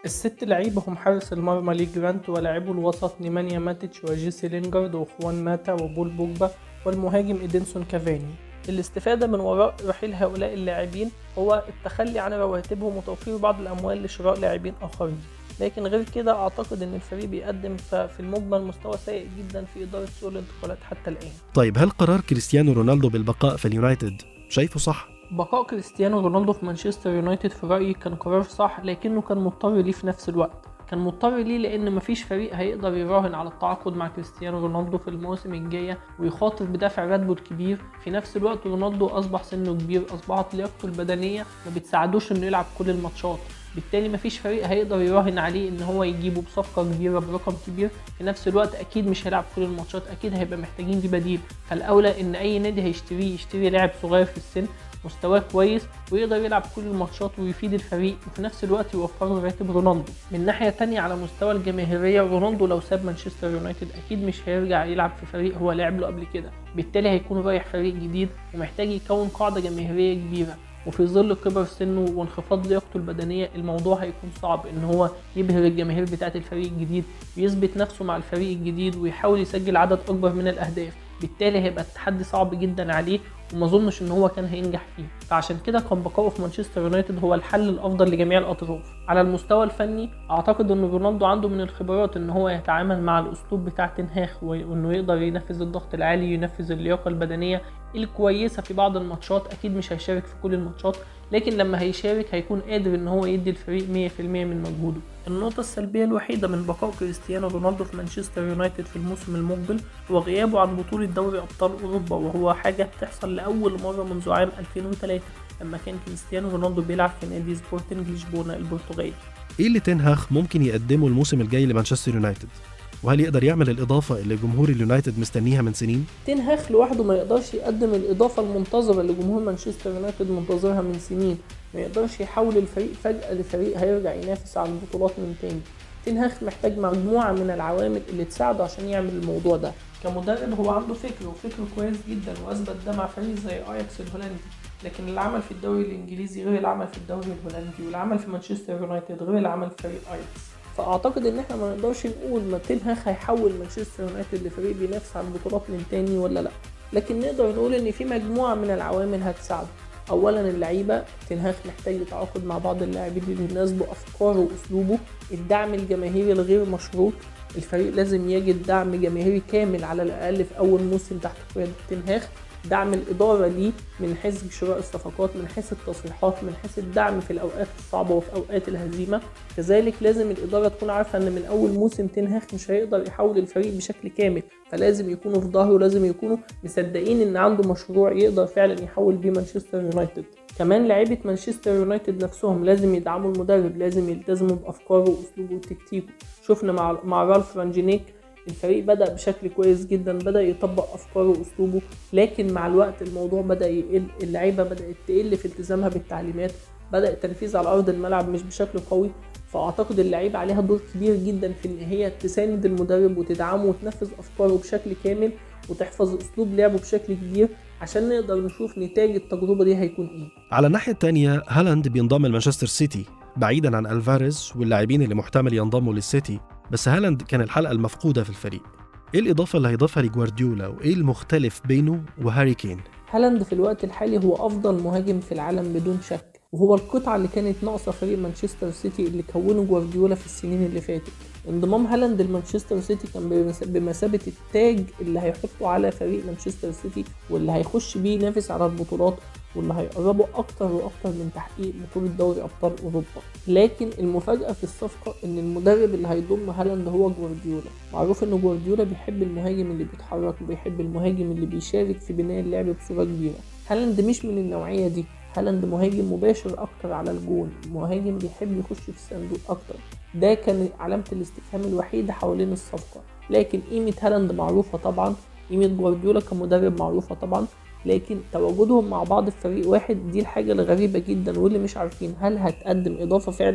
Speaker 5: الست لعيبة هم حارس المرمى لي جرانت، ولاعبو الوسط نيمانيا ماتيتش وجيسي لينجارد وخوان ماتا وبول بوجبا، والمهاجم إدينسون كافاني. الاستفادة من وراء رحيل هؤلاء اللاعبين هو التخلي عن رواتبهم وتوفير بعض الأموال لشراء لاعبين آخرين، لكن غير كده أعتقد أن الفريق بيقدم في المجمل مستوى سيء جدا في إدارة سوق الانتقالات حتى الآن.
Speaker 1: طيب هل قرار كريستيانو رونالدو بالبقاء في اليونايتد شايفه صح؟
Speaker 5: بقاء كريستيانو رونالدو في مانشستر يونايتد في رأيي كان قرار صح، لكنه كان مضطر ليه في نفس الوقت. كان مضطر ليه لأن مفيش فريق هيقدر يراهن على التعاقد مع كريستيانو رونالدو في المواسم الجاية ويخاطر بدافع راتبه الكبير. في نفس الوقت رونالدو أصبح سنه كبير، أصبحت لياقته البدنية ما بتساعدوش إنه يلعب كل الماتشات، بالتالي مفيش فريق هيقدر يراهن عليه ان هو يجيبه بصفقه كبيره برقم كبير. في نفس الوقت اكيد مش هيلعب كل الماتشات، اكيد هيبقى محتاجين ليه بديل، فالاولى ان اي نادي هيشتريه يشتري لاعب صغير في السن مستواه كويس ويقدر يلعب كل الماتشات ويفيد الفريق، وفي نفس الوقت يوفر له راتب رونالدو. من ناحيه تانية على مستوى الجماهيريه، رونالدو لو ساب مانشستر يونايتد اكيد مش هيرجع يلعب في فريق هو لعب له قبل كده، بالتالي هيكون رايح فريق جديد ومحتاج يكون قاعده جماهيريه كبيره، وفي ظل كبر سنه وانخفاض لياقته البدنيه الموضوع هيكون صعب ان هو يبهر الجماهير بتاعه الفريق الجديد ويثبت نفسه مع الفريق الجديد ويحاول يسجل عدد اكبر من الاهداف، بالتالي هيبقى التحدي صعب جدا عليه وما اظنش ان هو كان هينجح فيه. فعشان كده كان بقائه في مانشستر يونايتد هو الحل الافضل لجميع الاطراف. على المستوى الفني اعتقد ان رونالدو عنده من الخبرات ان هو يتعامل مع الاسلوب بتاع تنهاخ وانه يقدر ينفذ الضغط العالي، ينفذ اللياقه البدنيه الكويسه في بعض الماتشات. اكيد مش هيشارك في كل الماتشات، لكن لما هيشارك هيكون قادر ان هو يدي الفريق مية في المية من مجهوده. النقطه السلبيه الوحيده من بقاء كريستيانو رونالدو في مانشستر يونايتد في الموسم المقبل هو غيابه عن بطوله دوري ابطال اوروبا، وهو حاجه بتحصل لاول مره منذ عام ألفين وثلاثة لما كان كريستيانو رونالدو بيلعب في نادي سبورتنج لشبونه البرتغالي.
Speaker 1: ايه اللي تنهاخ ممكن يقدمه الموسم الجاي لمانشستر يونايتد؟ وهل يقدر يعمل الإضافة اللي جمهور اليونايتد مستنيها من سنين؟
Speaker 5: تنهاخ لوحده ما يقدرش يقدم الإضافة المنتظرة اللي جمهور مانشستر يونايتد منتظرها من سنين، ما يقدرش يحول الفريق فجأة لفريق هيرجع ينافس على البطولات من تاني. تنهاخ محتاج مجموعة من العوامل اللي تساعده عشان يعمل الموضوع ده. كمدرب هو عنده فكر وفكره كويس جدا وأثبت ده مع فريق زي أياكس الهولندي، لكن العمل في الدوري الإنجليزي غير العمل في الدوري الهولندي، والعمل في مانشستر يونايتد غير العمل في فريق أياكس. فاعتقد ان احنا ما نقدرش نقول ما تنهاخ هيحول مانشستر يونايتد لفريق بينافس على البطولات من تاني ولا لا، لكن نقدر نقول ان في مجموعه من العوامل هتساعده. اولا اللعيبه، تنهاخ محتاج يتعاقد مع بعض اللاعبين اللي يناسبوا افكاره واسلوبه. الدعم الجماهيري الغير مشروط، الفريق لازم يجد دعم جماهيري كامل على الاقل في اول موسم تحت قياده تنهاخ. دعم الإدارة ليه من حيث شراء الصفقات، من حيث التصريحات، من حيث الدعم في الأوقات الصعبة وفي أوقات الهزيمة. كذلك لازم الإدارة تكون عارفة أن من أول موسم تنهاخ مش هيقدر يحول الفريق بشكل كامل، فلازم يكونوا في ظهره ولازم يكونوا مصدقين أن عنده مشروع يقدر فعلا يحول بيه مانشستر يونايتد. كمان لاعيبة مانشستر يونايتد نفسهم لازم يدعموا المدرب، لازم يلتزموا بأفكاره وأسلوبه وتكتيكه. شفنا مع مع رالف رانجينيك الفريق بدأ بشكل كويس جدا، بدأ يطبق أفكاره وأسلوبه، لكن مع الوقت الموضوع بدأ يقل، اللعيبة بدأت تقل في التزامها بالتعليمات، بدأ التنفيذ على أرض الملعب مش بشكل قوي. فأعتقد اللعيبة عليها دور كبير جدا في إن هي تساند المدرب وتدعمه وتنفذ أفكاره بشكل كامل وتحفظ أسلوب لعبه بشكل كبير عشان نقدر نشوف نتاج التجربة دي هيكون إيه.
Speaker 1: على الناحية التانية هالاند بينضم لمانشستر سيتي بعيدا عن ألفاريز واللاعبين اللي محتمل ينضموا للسيتي، بس هالاند كان الحلقة المفقودة في الفريق. ايه الإضافة اللي هيضيفها لجوارديولا وايه المختلف بينه وهاري كين؟
Speaker 5: هالاند في الوقت الحالي هو أفضل مهاجم في العالم بدون شك، وهو القطعة اللي كانت ناقصة فريق مانشستر سيتي اللي كونه جوارديولا في السنين اللي فاتت. انضمام هالاند لمانشستر سيتي كان بمثابة التاج اللي هيحطه على فريق مانشستر سيتي واللي هيخش بيه ينافس على البطولات واللي هيقربوا اكتر واكتر من تحقيق بطولة دوري ابطال اوروبا. لكن المفاجأة في الصفقة ان المدرب اللي هيضم هالاند هو جوارديولا. معروف ان جوارديولا بيحب المهاجم اللي بيتحرك وبيحب المهاجم اللي بيشارك في بناء اللعب بصورة كبيرة. هالاند مش من النوعية دي، هالاند مهاجم مباشر اكتر على الجون، مهاجم بيحب يخش في الصندوق اكتر. ده كان علامة الاستفهام الوحيدة حوالين الصفقة. لكن قيمة هالاند معروفة طبعا، قيمة جوارديولا كمدرب معروفة طبعا، لكن تواجدهم مع بعض في فريق واحد دي الحاجة الغريبة جدا واللي مش عارفين هل هتقدم إضافة فعلا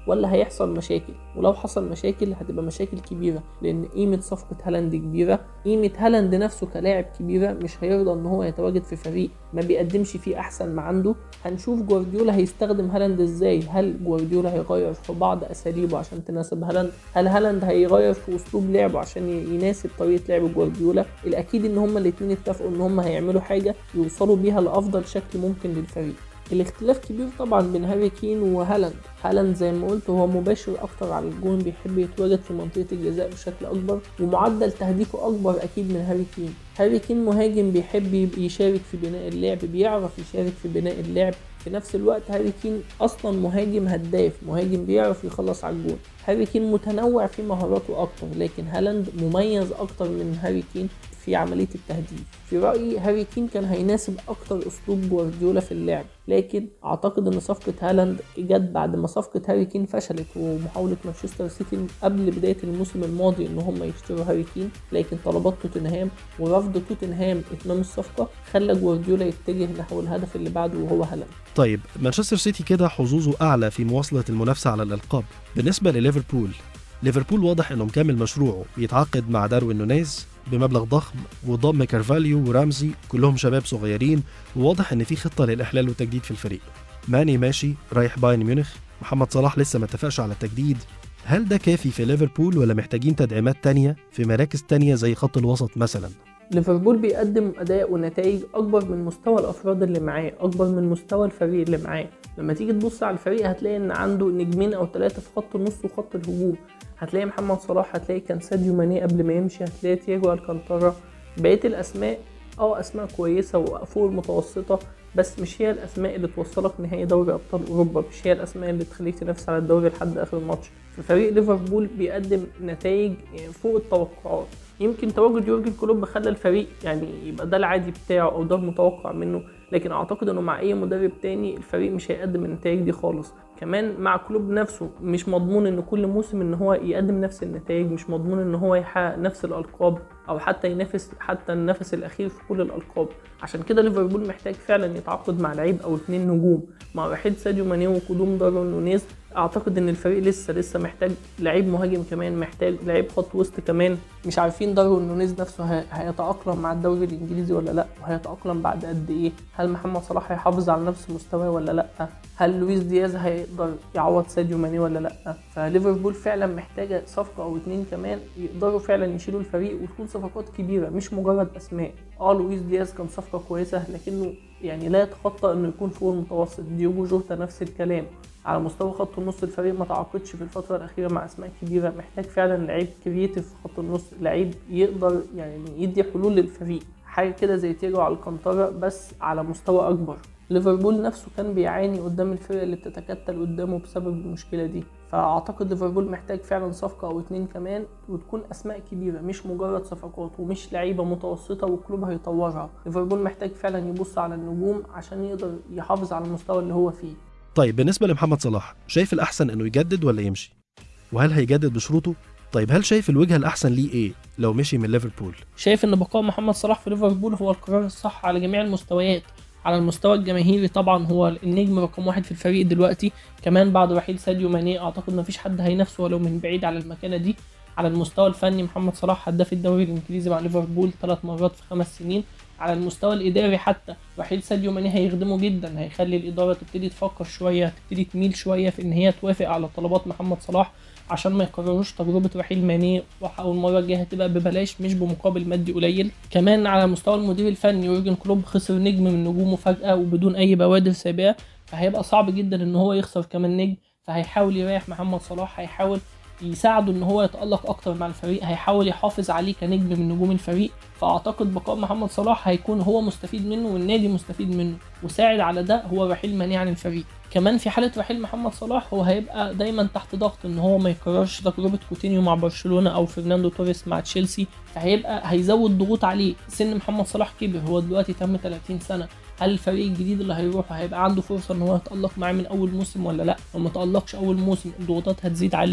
Speaker 5: ولا هيحصل مشاكل؟ ولو حصل مشاكل هتبقى مشاكل كبيرة، لأن قيمة صفقة هالاند كبيرة، قيمة هالاند نفسه كلاعب كبيرة، مش هيرضى إن هو يتواجد في فريق ما بيقدمش فيه أحسن ما عنده. هنشوف جوارديولا هيستخدم هالاند إزاي. هل جوارديولا هيغير في بعض أساليبه عشان تناسب هالاند؟ هل هالاند هيغير في أسلوب لعبه عشان يناسب طريقة لعب جوارديولا؟ الأكيد إن هما الاتنين اتفقوا إن هما هيعملوا حاجة يوصلوا بيها لأفضل شكل ممكن للفريق. الاختلاف كبير طبعا بين هاري كين وهالاند. هالاند زي ما قلت هو مباشر اكتر على الجون، بيحب يتواجد في منطقة الجزاء بشكل اكبر، ومعدل تهديفه اكبر اكيد من هاري كين. هاري كين مهاجم بيحب يشارك في بناء اللعب، بيعرف يشارك في بناء اللعب. في نفس الوقت هاري كين اصلا مهاجم هداف، مهاجم بيعرف يخلص على الجون. هاري كين متنوع في مهاراته اكتر، لكن هالاند مميز اكتر من هاري كين في عملية التهديف. في رأيي هاري كين كان هيناسب أكتر أسلوب جوارديولا في اللعب، لكن أعتقد أن صفقة هالاند جت بعد ما صفقة هاري كين فشلت، ومحاولة مانشستر سيتي قبل بداية الموسم الماضي إن هم يشتروا هاري كين، لكن طلبات توتنهام ورفض توتنهام إتمام الصفقة خلى جوارديولا يتجه نحو الهدف اللي بعده وهو هالاند.
Speaker 1: طيب مانشستر سيتي كده حظوظه أعلى في مواصلة المنافسة على الألقاب. بالنسبة لليفربول، ليفربول واضح انه مكمل مشروعه، بيتعاقد مع داروين نونيز بمبلغ ضخم، وضم كارفاليو ورامزي كلهم شباب صغيرين، وواضح ان في خطه للاحلال والتجديد في الفريق. ماني ماشي رايح بايرن ميونخ، محمد صلاح لسه ما اتفقش على التجديد. هل ده كافي في ليفربول ولا محتاجين تدعيمات تانية في مراكز تانية زي خط الوسط مثلا؟
Speaker 5: ليفربول بيقدم اداء ونتائج اكبر من مستوى الافراد اللي معاه، اكبر من مستوى الفريق اللي معاه. لما تيجي تبص على الفريق هتلاقي ان عنده نجمين او ثلاثه في خط النص وخط الهجوم. هتلاقي محمد صلاح، هتلاقي كان ساديو ماني قبل ما يمشي، هتلاقي تياجو الكانتارا. بقيه الاسماء اه اسماء كويسه وفوق المتوسطه، بس مش هي الاسماء اللي توصلك نهائي دوري ابطال اوروبا، مش هي الاسماء اللي تخليك تنافس على الدوري لحد اخر الماتش. ففريق ليفربول بيقدم نتائج فوق التوقعات. يمكن تواجد يورجن كلوب خلى الفريق يعني يبقى ده العادي بتاعه او ده المتوقع منه، لكن اعتقد انه مع اي مدرب تاني الفريق مش هيقدم النتائج دي خالص. كمان مع كلوب نفسه مش مضمون ان كل موسم ان هو يقدم نفس النتائج، مش مضمون ان هو يحقق نفس الالقاب او حتى ينافس حتى النفس الاخير في كل الالقاب. عشان كده ليفربول محتاج فعلا يتعاقد مع لعيب او اتنين نجوم. مع رحيل ساديو ماني وقدوم داروين نونيز اعتقد ان الفريق لسه لسه محتاج لعيب مهاجم كمان، محتاج لعيب خط وسط كمان. مش عارفين داروين نونيز نفسه هيتاقلم مع الدوري الانجليزي ولا لا، وهيتاقلم بعد قد ايه. هل محمد صلاح هيحافظ على نفس مستواه ولا لا؟ هل لويس دياز هيقدر يعوض ساديو ماني ولا لا؟ فليفربول فعلا محتاجه صفقه او اتنين كمان يقدروا فعلا يشيلوا الفريق، وتكون صفقات كبيره مش مجرد اسماء. اه لويس دياز كان صفقه كويسه، لكنه يعني لا يتخطى انه يكون فوق المتوسط. ديوجو جوتا نفس الكلام. على مستوى خط النص الفريق ما تعاقدش في الفتره الاخيره مع اسماء كبيره، محتاج فعلا لعيب كرييتيف في خط النص، لعيب يقدر يعني يدي حلول للفريق، حاجه كده زي تيجو على الكانتارا بس على مستوى اكبر. ليفربول نفسه كان بيعاني قدام الفرق اللي بتتكتل قدامه بسبب المشكله دي، فاعتقد ليفربول محتاج فعلا صفقه او اتنين كمان، وتكون اسماء كبيره مش مجرد صفقات ومش لعيبه متوسطه والكلوب هيطورها. ليفربول محتاج فعلا يبص على النجوم عشان يقدر يحافظ على المستوى اللي هو فيه.
Speaker 1: طيب بالنسبة لمحمد صلاح، شايف الأحسن إنه يجدد ولا يمشي؟ وهل هيجدد بشروطه؟ طيب هل شايف الوجهة الأحسن ليه إيه لو مشي من ليفربول؟
Speaker 5: شايف إن بقاء محمد صلاح في ليفربول هو القرار الصح على جميع المستويات. على المستوى الجماهيري طبعا هو النجم رقم واحد في الفريق دلوقتي، كمان بعد رحيل ساديو ماني أعتقد مفيش حد هينافسه ولو من بعيد على المكانة دي. على المستوى الفني محمد صلاح هداف الدوري الإنجليزي مع ليفربول ثلاث مرات في خمس سنين. على المستوى الإداري حتى رحيل ساديو ماني هيخدمه جدا، هيخلي الإدارة تبتدي تفكر شوية، تبتدي تميل شوية في إن هي توافق على طلبات محمد صلاح عشان ما يكرروش تجربة رحيل ماني، أول مرة الجاية هتبقى ببلاش مش بمقابل مادي قليل. كمان على مستوى المدير الفني يورجن كلوب خسر نجم من نجومه فجأة وبدون أي بوادر سابقة، فهيبقى صعب جدا إن هو يخسر كمان نجم، فهيحاول يريح محمد صلاح، هيحاول يساعده ان هو يتألق اكتر مع الفريق، هيحاول يحافظ عليه كنجم من نجوم الفريق. فاعتقد بقاء محمد صلاح هيكون هو مستفيد منه والنادي مستفيد منه، وساعد على ده هو رحيل ماني عن الفريق. كمان في حالة رحيل محمد صلاح هو هيبقى دايما تحت ضغط ان هو ما يكررش تجربة كوتينيو مع برشلونة او فرناندو توريس مع تشيلسي، فهيبقى هيزود ضغوط عليه. سن محمد صلاح كبر، هو دلوقتي تم ثلاثين سنة. هل الفريق الجديد اللي هيروح هيبقى عنده فرصة ان هو يتألق معاه من اول موسم ولا لا؟ لو ما تألقش اول موسم الضغوطات هتزيد عليه،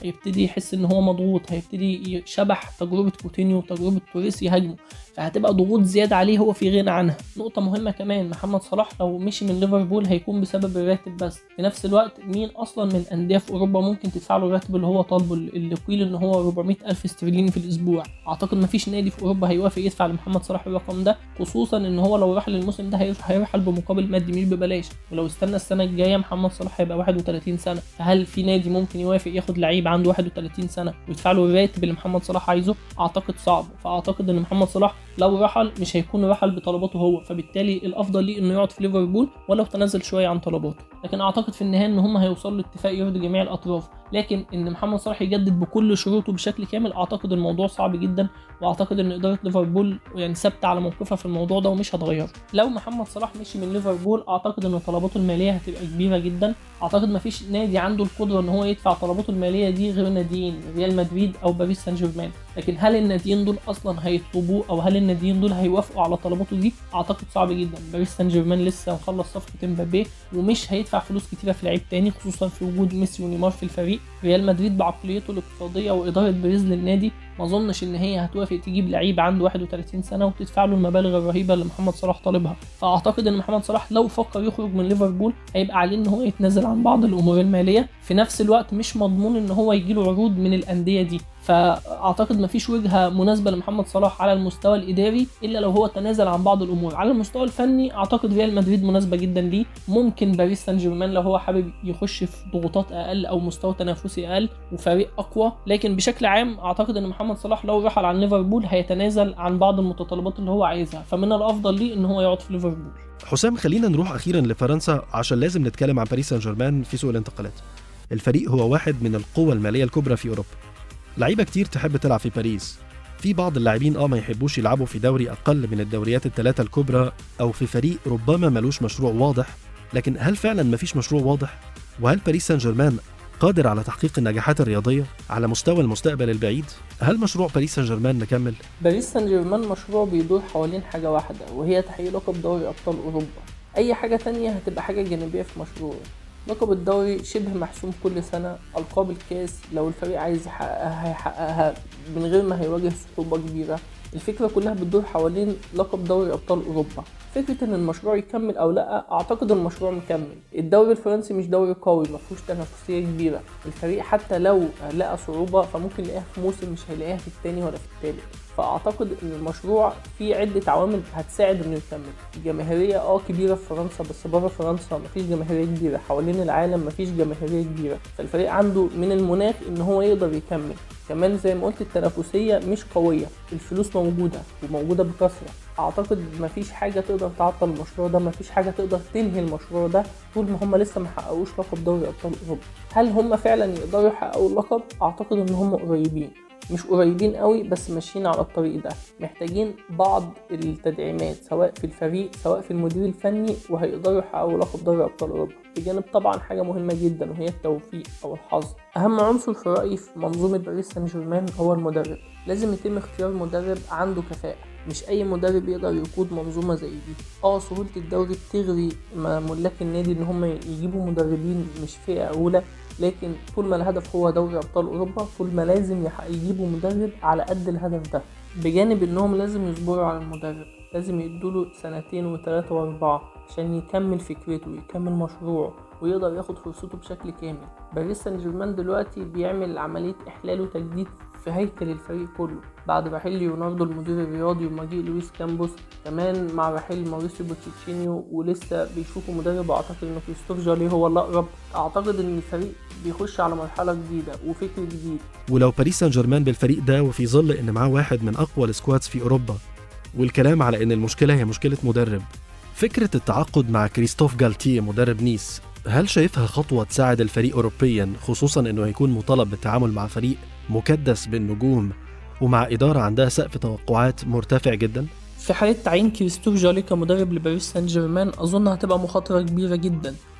Speaker 5: هيبتدي يحس ان هو مضغوط، هيبتدي شبح تجربه كوتينيو وتجربه توريس يهاجمه، فهتبقى ضغوط زياده عليه هو في غنى عنها. نقطه مهمه كمان، محمد صلاح لو مشي من ليفربول هيكون بسبب الراتب بس. في نفس الوقت مين اصلا من الانديه في اوروبا ممكن تدفع له الراتب اللي هو طالبه، اللي قيل ان هو أربعمائة الف استرليني في الاسبوع؟ اعتقد مفيش نادي في اوروبا هيوافق يدفع لمحمد صلاح الرقم ده، خصوصا ان هو لو راح للموسم ده هيرحل بمقابل مادي مش ببلاش، ولو استنى السنه الجايه محمد صلاح هيبقى واحد وثلاثين سنه. فهل في نادي ممكن يوافق ياخد لعيب عنده واحد وثلاثين سنه ويدفع له الراتب اللي محمد صلاح عايزه؟ اعتقد صعب. فاعتقد ان محمد صلاح لو رحل مش هيكون رحل بطلباته هو، فبالتالي الافضل ليه انه يقعد في ليفربول ولو تنزل شويه عن طلباته. لكن اعتقد في النهايه ان هم هيوصلوا لاتفاق يرضي جميع الاطراف، لكن ان محمد صلاح يجدد بكل شروطه بشكل كامل اعتقد الموضوع صعب جدا، واعتقد ان اداره ليفربول يعني ثابته على موقفها في الموضوع ده ومش هتغيره. لو محمد صلاح مشي من ليفربول اعتقد ان طلباته الماليه هتبقى كبيره جدا. اعتقد مفيش نادي عنده القدره ان هو يدفع طلباته الماليه دي غير ناديين، ريال مدريد او باريس سان جيرمان. لكن هل الناديين دول اصلا هيطلبوه او هل الناديين دول هيوافقوا على طلباته دي؟ اعتقد صعب جدا. باريس سان جيرمان لسه مخلص صفقه امبابي ومش هيدفع فلوس كتيره في لعيب تاني، خصوصا في وجود ميسي ونيمار في الفريق. ريال مدريد بعقليته الاقتصاديه واداره بيريز للنادي ما اظنش ان هي هتوافق تجيب لعيب عنده واحد وثلاثين سنه وتدفع له المبالغ الرهيبه اللي محمد صلاح طالبها. فاعتقد ان محمد صلاح لو فكر يخرج من ليفربول هيبقى عليه ان هو يتنازل عن بعض الامور الماليه، في نفس الوقت مش مضمون ان هو يجيله عروض من الانديه دي. فاعتقد مفيش وجهه مناسبه لمحمد صلاح على المستوى الاداري الا لو هو تنازل عن بعض الامور. على المستوى الفني اعتقد ريال مدريد مناسبه جدا ليه، ممكن باريس سان جيرمان لو هو حابب يخش في ضغوطات اقل او مستوى تنافسي اقل وفريق اقوى. لكن بشكل عام اعتقد ان محمد صلاح لو رحل عن ليفربول هيتنازل عن بعض المتطلبات اللي هو عايزها، فمن الافضل ليه ان هو يقعد في ليفربول.
Speaker 1: حسام، خلينا نروح اخيرا لفرنسا عشان لازم نتكلم عن باريس سان جيرمان في سوق الانتقالات. الفريق هو واحد من القوى الماليه الكبرى في اوروبا، لعيبه كتير تحب تلعب في باريس. في بعض اللاعبين اه ما يحبوش يلعبوا في دوري اقل من الدوريات الثلاثه الكبرى او في فريق ربما ملوش مشروع واضح. لكن هل فعلا مفيش مشروع واضح؟ وهل باريس سان جيرمان قادر على تحقيق النجاحات الرياضيه على مستوى المستقبل البعيد؟ هل مشروع باريس سان جيرمان مكمل؟
Speaker 5: باريس سان جيرمان مشروع بيدور حوالين حاجه واحده، وهي تحقيق لقب دوري ابطال اوروبا. اي حاجه تانية هتبقى حاجه جانبيه في مشروع. لقب الدوري شبه محسوم كل سنة، ألقاب الكاس لو الفريق عايز يحققها هيحققها من غير ما هيواجه صعوبة كبيرة. الفكرة كلها بتدور حوالين لقب دوري أبطال أوروبا. فكرة إن المشروع يكمل أو لأ، أعتقد المشروع مكمل. الدوري الفرنسي مش دوري قوي مفهوش تنافسية كبيرة، الفريق حتى لو لقى صعوبة فممكن يلاقيها في موسم مش هيلاقيها في التاني ولا في التالت. فأعتقد إن المشروع فيه عدة عوامل هتساعد إنه يكمل. الجماهيرية اه كبيرة في فرنسا، بس بره فرنسا مفيش جماهيرية كبيرة، حوالين العالم مفيش جماهيرية كبيرة، فالفريق عنده من المناخ إن هو يقدر يكمل. كمان زي ما قلت التنافسية مش قوية، الفلوس موجودة وموجودة بكثرة. أعتقد مفيش حاجة تقدر تعطل المشروع ده، مفيش حاجة تقدر تنهي المشروع ده طول ما هم لسه محققوش لقب دوري أبطال أوروبا. هل هم فعلا يقدروا يحققوا اللقب؟ أعتقد إن هم قريبين، مش قريبين قوي بس ماشيين على الطريق ده. محتاجين بعض التدعيمات سواء في الفريق سواء في المدير الفني وهيقدروا يحققوا لقب دوري أبطال أوروبا، بجانب طبعا حاجة مهمة جدا وهي التوفيق أو الحظ. أهم عنصر في رأيي في منظومة باريس سان جيرمان هو المدرب. لازم يتم اختيار مدرب عنده كفاءة، مش أي مدرب يقدر يقود منظومة زي دي. اه سهولة الدوري بتغري ملاك النادي إن هم يجيبوا مدربين مش فئة أولى، لكن طول ما الهدف هو دوري أبطال أوروبا طول ما لازم يجيبوا مدرب على قد الهدف ده. بجانب إنهم لازم يصبروا على المدرب، لازم يدوله سنتين وثلاثة وأربعة عشان يكمل فكرته ويكمل مشروعه ويقدر ياخد فرصته بشكل كامل. باريس سان جيرمان دلوقتي بيعمل عملية إحلال وتجديد في هيكل الفريق كله بعد رحيل ليوناردو المدير الرياضي ومجيء لويس كامبوس، كمان مع رحيل ماوريسيو بوتشيتشينيو، ولسه بيشوفوا مدرب واعتقد انه كريستوف جالي هو الاقرب. اعتقد ان الفريق بيخش على مرحله جديده وفكر جديد.
Speaker 1: ولو باريس سان جيرمان بالفريق ده وفي ظل ان معاه واحد من اقوى السكوادز في اوروبا والكلام على ان المشكله هي مشكله مدرب، فكره التعاقد مع كريستوف جالتيه مدرب نيس هل شايفها خطوه تساعد الفريق اوروبيا، خصوصا انه هيكون مطالب بالتعامل مع فريق مكدس بالنجوم ومع إدارة عندها سقف توقعات مرتفع جدا؟
Speaker 5: في حالة تعيين كريستوف جالي كمدرب لباريس سان جيرمان أظن هتبقى مخاطرة كبيرة جدا،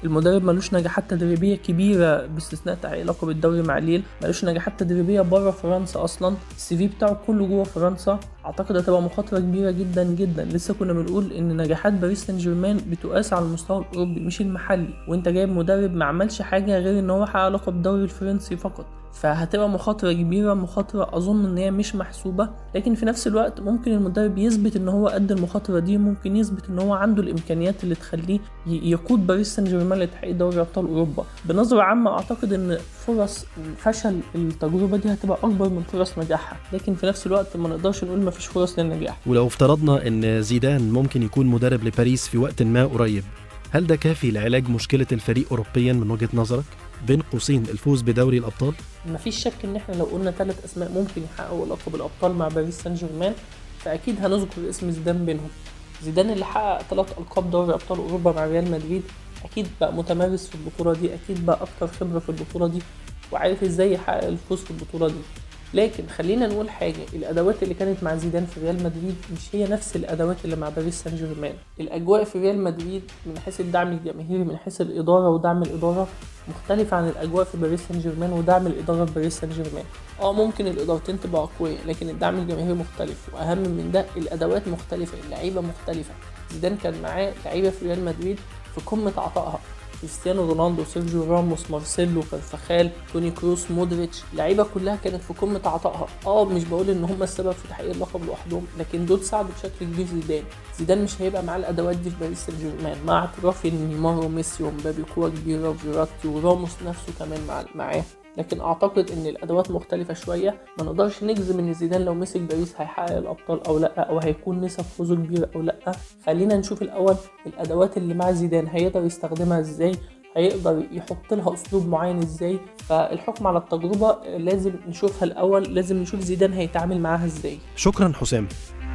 Speaker 5: المدرب ملوش نجاحات تدريبيه كبيره باستثناء تحقيق لقب الدوري مع ليل، ملوش نجاحات تدريبيه بره فرنسا اصلا، السي في بتاعه كله جوه فرنسا. اعتقد هتبقى مخاطره كبيره جدا جدا. لسه كنا بنقول ان نجاحات باريس سان جيرمان بتقاس على المستوى الاوروبي مش المحلي، وانت جايب مدرب ما عملش حاجه غير ان هو حقق لقب الدوري الفرنسي فقط. فهتبقى مخاطره كبيره، مخاطره اظن ان هي مش محسوبه، لكن في نفس الوقت ممكن المدرب يثبت ان هو قد المخاطره دي، ممكن يثبت ان هو عنده الامكانيات اللي تخليه يقود باريس سان جيرمان لتحقيق دوري ابطال اوروبا. بنظره عامه اعتقد ان فرص فشل التجربه دي هتبقى اكبر من فرص نجاحها، لكن في نفس الوقت ما نقدرش نقول ما فيش فرص للنجاح.
Speaker 1: ولو افترضنا ان زيدان ممكن يكون مدرب لباريس في وقت ما قريب، هل ده كافي لعلاج مشكله الفريق اوروبيا من وجهه نظرك؟ بين قوسين الفوز بدوري الابطال؟
Speaker 5: مفيش شك ان احنا لو قلنا ثلاث اسماء ممكن يحققوا لقب الابطال مع باريس سان جيرمان فاكيد هنذكر اسم زيدان بينهم. زيدان اللي حقق ثلاث القاب دوري ابطال اوروبا مع ريال مدريد، اكيد بقى متمرس في البطوله دي، اكيد بقى اكتر خبره في البطوله دي وعارف ازاي يحقق الفوز في البطوله دي. لكن خلينا نقول حاجه، الادوات اللي كانت مع زيدان في ريال مدريد مش هي نفس الادوات اللي مع باريس سان جيرمان. الاجواء في ريال مدريد من حيث الدعم الجماهيري، من حيث الاداره ودعم الاداره، مختلفه عن الاجواء في باريس سان جيرمان ودعم الاداره في باريس سان جيرمان. اه ممكن الادارتين تبقى اقوياء، لكن الدعم الجماهيري مختلف، واهم من ده الادوات مختلفه، اللعيبه مختلفه. زيدان كان معاه لعيبه في ريال مدريد في قمه عطائها، كريستيانو رونالدو، سيرجيو راموس، مارسيلو، كارفاخال، توني كروس، مودريتش، اللعيبه كلها كانت في قمه عطائها. اه مش بقول ان هم السبب في تحقيق اللقب لوحدهم، لكن دول ساعدوا بشكل كبير زيدان. زيدان مش هيبقى معاه الادوات دي في باريس سان جيرمان، مع اعترافي ان نيمار وميسي ومبابي قوه كبيره وفيراتي وراموس نفسه كمان مع معاه، لكن اعتقد ان الادوات مختلفه شويه. ما نقدرش نجزم ان زيدان لو مسك باريس هيحقق الابطال او لا، او هيكون نسب فوزه كبيره او لا. خلينا نشوف الاول الادوات اللي مع زيدان هيقدر يستخدمها ازاي، هيقدر يحط لها اسلوب معين ازاي. فالحكم على التجربه لازم نشوفها الاول، لازم نشوف زيدان هيتعامل معاها ازاي.
Speaker 1: شكرا حسام.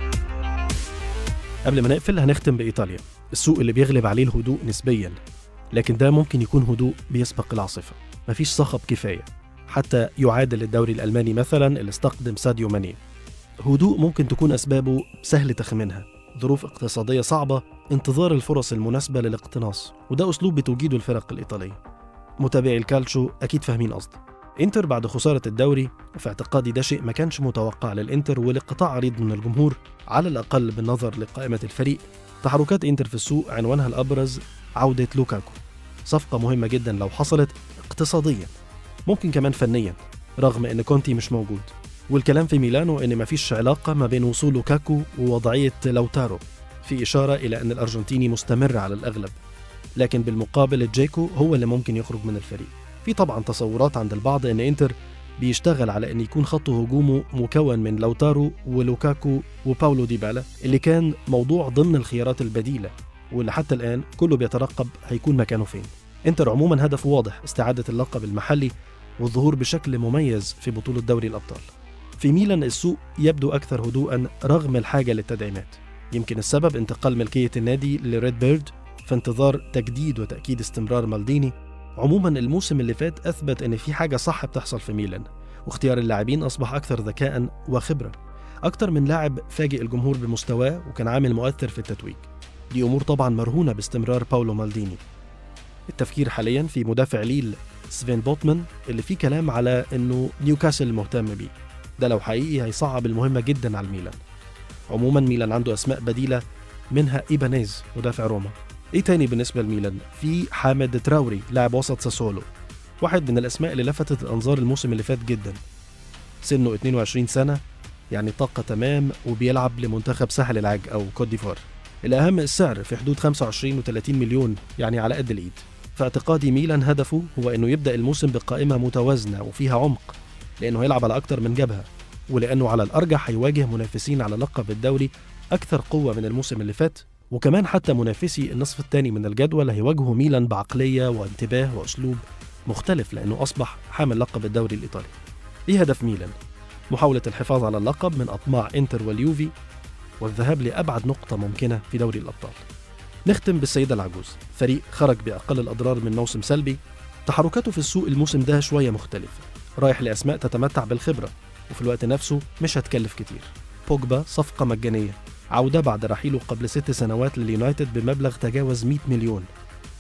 Speaker 1: قبل ما نقفل هنختم بايطاليا، السوق اللي بيغلب عليه الهدوء نسبيا، لكن ده ممكن يكون هدوء بيسبق العاصفه، مفيش صخب كفايه حتى يعادل الدوري الالماني مثلا اللي استقدم ساديو ماني. هدوء ممكن تكون اسبابه سهل تخمينها، ظروف اقتصاديه صعبه، انتظار الفرص المناسبه للاقتناص، وده اسلوب بتوجيده الفرق الايطاليه. متابعي الكالتشو اكيد فاهمين قصدي. انتر بعد خساره الدوري، وفي اعتقادي ده شيء ما كانش متوقع للانتر ولقطاع عريض من الجمهور على الاقل بالنظر لقائمه الفريق، تحركات انتر في السوق عنوانها الابرز عوده لوكاكو، صفقه مهمه جدا لو حصلت اقتصاديا، ممكن كمان فنيا رغم ان كونتي مش موجود. والكلام في ميلانو ان مفيش علاقه ما بين وصول لوكاكو ووضعيه لوتارو، في اشاره الى ان الارجنتيني مستمر على الاغلب، لكن بالمقابل جيكو هو اللي ممكن يخرج من الفريق. في طبعا تصورات عند البعض ان انتر بيشتغل على ان يكون خط هجومه مكون من لوتارو ولوكاكو وباولو ديبالا، اللي كان موضوع ضمن الخيارات البديله واللي حتى الان كله بيترقب هيكون مكانه فين. انتر عموما هدفه واضح، استعاده اللقب المحلي والظهور بشكل مميز في بطوله دوري الابطال. في ميلان السوق يبدو اكثر هدوءا رغم الحاجه للتدعيمات، يمكن السبب انتقال ملكيه النادي لريد بيرد في انتظار تجديد وتاكيد استمرار مالديني. عموما الموسم اللي فات اثبت ان في حاجه صح بتحصل في ميلان، واختيار اللاعبين اصبح اكثر ذكاء وخبره. اكتر من لاعب فاجئ الجمهور بمستواه وكان عامل مؤثر في التتويج. دي امور طبعا مرهونه باستمرار باولو مالديني. التفكير حاليا في مدافع ليل سفين بوتمان اللي فيه كلام على انه نيوكاسل مهتم بيه، ده لو حقيقي هيصعب المهمه جدا على الميلان. عموما ميلان عنده اسماء بديله منها ايبانيز مدافع روما. ايه تاني بالنسبه لميلان؟ في حامد تراوري لاعب وسط ساسولو، واحد من الاسماء اللي لفتت الانظار الموسم اللي فات جدا. سنه اثنين وعشرين سنه، يعني طاقه تمام، وبيلعب لمنتخب ساحل العاج او كوت ديفوار. الاهم السعر في حدود خمسة وعشرين وثلاثين مليون، يعني على قد الايد. في اعتقادي ميلان هدفه هو انه يبدا الموسم بقائمه متوازنه وفيها عمق، لانه هيلعب على اكتر من جبهه، ولانه على الارجح هيواجه منافسين على لقب الدوري اكثر قوه من الموسم اللي فات، وكمان حتى منافسي النصف الثاني من الجدول هيواجهوا ميلان بعقليه وانتباه واسلوب مختلف، لانه اصبح حامل لقب الدوري الايطالي. ايه هدف ميلان؟ محاوله الحفاظ على اللقب من اطماع انتر واليوفي، والذهاب لابعد نقطه ممكنه في دوري الابطال. نختم بالسيده العجوز، فريق خرج باقل الاضرار من موسم سلبي. تحركاته في السوق الموسم ده شويه مختلفه، رايح لاسماء تتمتع بالخبره وفي الوقت نفسه مش هتكلف كتير. بوجبا صفقه مجانيه، عوده بعد رحيله قبل ست سنوات لليونايتد بمبلغ تجاوز مئة مليون.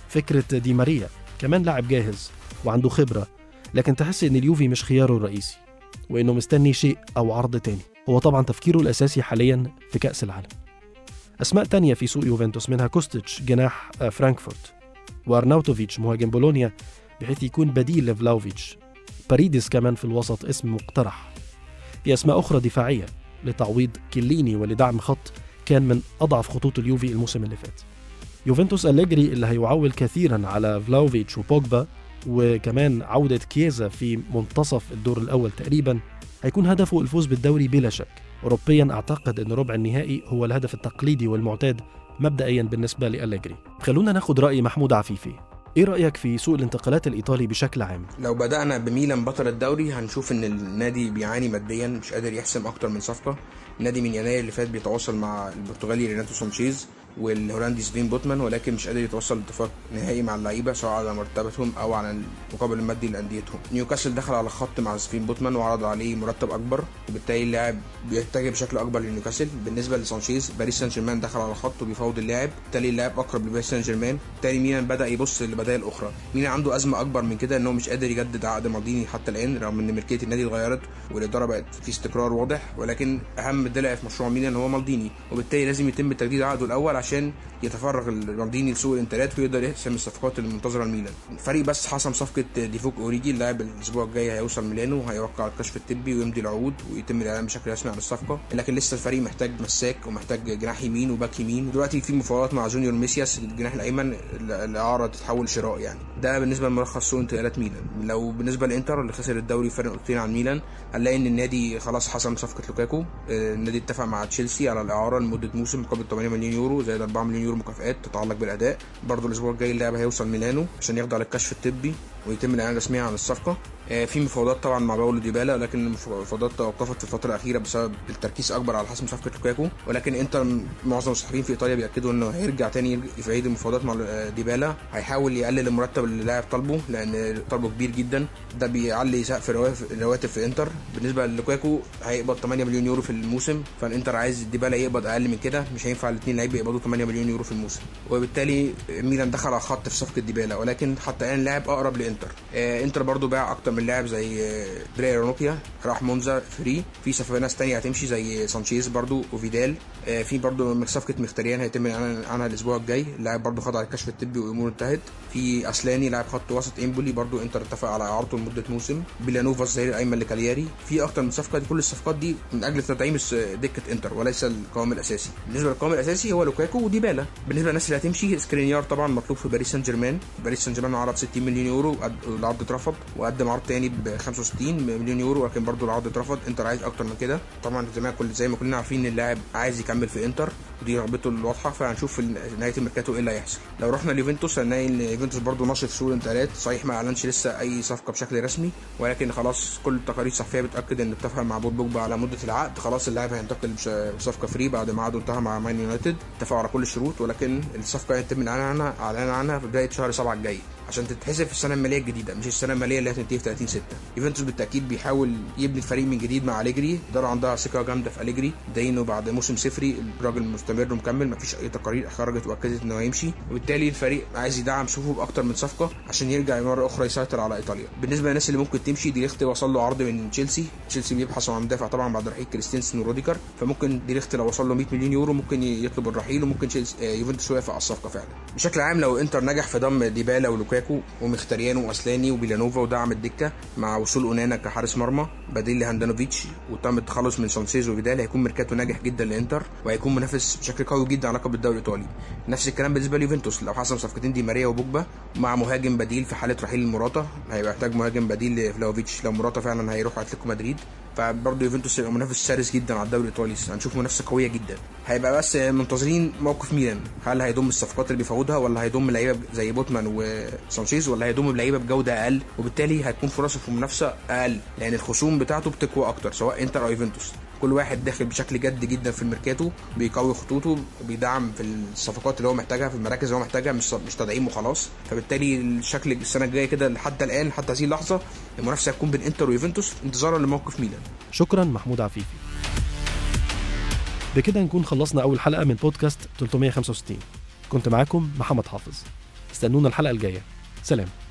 Speaker 1: فكرة دي ماريا كمان لاعب جاهز وعنده خبرة، لكن تحس إن اليوفي مش خياره الرئيسي وإنه مستني شيء أو عرض تاني. هو طبعا تفكيره الأساسي حاليا في كأس العالم. أسماء تانية في سوق يوفنتوس منها كوستيتش جناح فرانكفورت، وارناوتوفيتش مهاجم بولونيا بحيث يكون بديل لفلاوفيتش، باريديس كمان في الوسط اسم مقترح. في أسماء أخرى دفاعية لتعويض كيليني ولدعم خط كان من أضعف خطوط اليوفي الموسم اللي فات. يوفنتوس أليجري اللي هيعول كثيرا على فلاوفيتش وبوجبا وكمان عودة كيزا في منتصف الدور الأول تقريبا، هيكون هدفه الفوز بالدوري بلا شك. أوروبيا أعتقد أن ربع النهائي هو الهدف التقليدي والمعتاد مبدئيا بالنسبة لأليجري. خلونا ناخد رأي محمود عفيفي. ايه رأيك في سوق الانتقالات الإيطالي بشكل عام؟
Speaker 4: لو بدأنا بميلان بطل الدوري هنشوف ان النادي بيعاني ماديا، مش قادر يحسم اكتر من صفقة. النادي من يناير اللي فات بيتواصل مع البرتغالي ريناتو سانشيز والهولندي سفين بوتمان، ولكن مش قادر يتوصل لاتفاق نهائي مع اللعيبه سواء على مرتباتهم او على المقابل المادي لانديتهم. نيوكاسل دخل على خط مع سفين بوتمان وعرض عليه مرتب اكبر، وبالتالي اللاعب بيتجه بشكل اكبر لنيوكاسل. بالنسبه لسانشيز باريس سان جيرمان دخل على خط وبيفاوض اللاعب، بالتالي اللاعب اقرب لباريس سان جيرمان. بالتالي ميلان بدا يبص لبدائل اخرى. ميلان عنده ازمه اكبر من كده، انه مش قادر يجدد عقد مالديني حتى الان رغم ان ملكيه النادي اتغيرت والاداره بقت في استقرار واضح، ولكن اهم ضلع في مشروع ميلان هو مالديني، وبالتالي لازم يتم تجديد عقده الاول عشان يتفرغ المالديني لسوق الانتقالات ويقدر يحسم الصفقات المنتظره لميلان. الفريق بس حسم صفقه ديفوك اوريجي، اللاعب الاسبوع الجاي هيوصل ميلانو وهيوقع الكشف الطبي ويمضي العقود ويتم الاعلان بشكل رسمي عن الصفقه، لكن لسه الفريق محتاج مساك ومحتاج جناح يمين وباك يمين، ودلوقتي في مفاوضات مع جونيور ميسياس الجناح الايمن الاعاره تتحول شراء. يعني ده بالنسبه لملخص سوق انتقالات ميلان. لو بالنسبه للانتر اللي خسر الدوري فرق نقطتين عن ميلان، هنلاقي ان النادي خلاص حسم صفقه لوكاكو. النادي اتفق مع تشيلسي على الاعاره لمده موسم مقابل ثمانية مليون يورو زائد أربعة مليون يورو مكافآت تتعلق بالاداء. برضو الاسبوع الجاي اللاعب هيوصل ميلانو عشان يخضع للكشف الطبي ويتم الاعلان رسميا عن الصفقه. في مفاوضات طبعا مع باولو ديبالا، لكن المفاوضات توقفت في الفتره الاخيره بسبب التركيز اكبر على حسم صفقه لوكاكو، ولكن انتر معظم الصحفيين في ايطاليا بياكدوا انه هيرجع تاني يعيد المفاوضات مع ديبالا. هيحاول يقلل المرتب اللي اللاعب طالبه لان طلبه كبير جدا، ده بيعلي سقف الرواتب في انتر. بالنسبه للوكاكو هيقبض ثمانية مليون يورو في الموسم، فالانتر عايز ديبالا يقبض اقل من كده، مش هينفع الاثنين لعيبه يقبضوا ثمانية مليون يورو في الموسم، وبالتالي ميلان دخل على خط في صفقه ديبالا، ولكن حتى الان اللاعب اقرب لانتر. آه انتر برضو باع اكتر من لاعب زي دري رونوكيا راح مونزا فري، في صفقات ناس تانية هتمشي زي سانشيز برضو وفيدال. آه في برضو صفقه مختاريان هيتم عنها الاسبوع الجاي، اللاعب برضو خضع للكشف الطبي واموره انتهت. في اسلاني لاعب خط وسط امبولي برضو انتر اتفق على اعارته لمده موسم. بيلانوفا الظهير الايمن لكالياري. في اكتر من صفقه، كل الصفقات دي من اجل تدعيم دكه انتر وليس القوام الاساسي. بالنسبه للقوام الاساسي هو لوكاكو وديبالا. بالنسبه للناس اللي هتمشي سكرينيار طبعا مطلوب في باريس سان جيرمان، باريس سان جيرمان عرض ستين مليون يورو والعرض اترفض، وقدم عرض تاني ب خمسة وستين مليون يورو ولكن برضو العرض اترفض. انتر عايز اكتر من كده طبعا، زي ما كل زي ما كلنا عارفين ان اللاعب عايز يكمل في انتر ودي رغبته الواضحه، فهنشوف في نهايه الميركاتو ايه اللي هيحصل. لو رحنا ليوفنتوس هنلاقي ان يوفنتوس برضو نشط في سوق الانتقالات، صحيح ما اعلنش لسه اي صفقه بشكل رسمي، ولكن خلاص كل التقارير الصحفيه بتاكد ان اتفق مع بول بوجبا على مده العقد، خلاص اللاعب هينتقل بصفقه فري بعد ما عقده انتهى مع مان يونايتد، اتفقوا على كل الشروط، ولكن الصفقه هيتم الاعلان عنها اعلان عنها في بدايه شهر سبعة الجاي عشان تتحسب في السنه الماليه الجديده مش السنه الماليه اللي هتنتهي في ثلاثين ستة. يوفنتوس بالتاكيد بيحاول يبني الفريق من جديد مع أليجري، الاداره عندها ثقه جامده في أليجري، ده انه بعد موسم صفري الراجل مستمر ومكمل، مفيش اي تقارير خرجت واكدت انه هيمشي، وبالتالي الفريق عايز يدعم صفوفه باكتر من صفقه عشان يرجع مره اخرى يسيطر على ايطاليا. بالنسبه للناس اللي ممكن تمشي، دي ليخت وصل له عرض من تشيلسي، تشيلسي بيبحث عن مدافع طبعا بعد رحيل كريستنسن وروديجر، فممكن دي ليخت لو وصل له مية مليون يورو ممكن يطلب الرحيل، وممكن يوفنتوس يوافق على الصفقه فعلا. بشكل عام لو انتر نجح في ضم ديبالا ولوكاكو ومختاريان واسلاني وبيلانوفا ودعم الدكه مع وصول اونانا كحارس مرمى بديل لهاندانوفيتش وتم التخلص من سانشيز وفيدال، هيكون ميركاتو ناجح جدا لانتر وهيكون منافس بشكل قوي جدا على لقب الدوري الايطالي. نفس الكلام بالنسبه ليوفنتوس، لو حسم صفقتين دي ماريا وبوجبا مع مهاجم بديل في حاله رحيل موراتا، هيبقى يحتاج مهاجم بديل لفلاوفيتش لو موراتا فعلا هيروح اتلتيكو مدريد، فبرضه يوفنتوس هيبقى منافس شرس جدا على الدوري الايطالي، هنشوف منافسه قويه جدا. هيبقى بس منتظرين موقف ميلان، هل هيضم الصفقات اللي بيفاوضها ولا هيضم لعيبه زي بوتمان وسانشيز ولا هيضم لعيبه بجوده اقل، وبالتالي هتكون فرصه في المنافسه اقل لان الخصوم بتاعته بتقوى اكتر سواء انتر او يوفنتوس. كل واحد داخل بشكل جد جدا في الميركاتو، بيقوي خطوطه، بيدعم في الصفقات اللي هو محتاجها في المراكز اللي هو محتاجها، مش مش تدعيم وخلاص. فبالتالي الشكل السنه الجايه كده حتى الان حتى هذه اللحظه المنافسه هتكون بين انتر ويوفنتوس انتظارا لموقف ميلان.
Speaker 1: شكرا محمود عفيفي. بكده نكون خلصنا اول حلقه من بودكاست ثلاثمية وخمسة وستين. كنت معاكم محمد حافظ. استنونا الحلقة الجاية. سلام.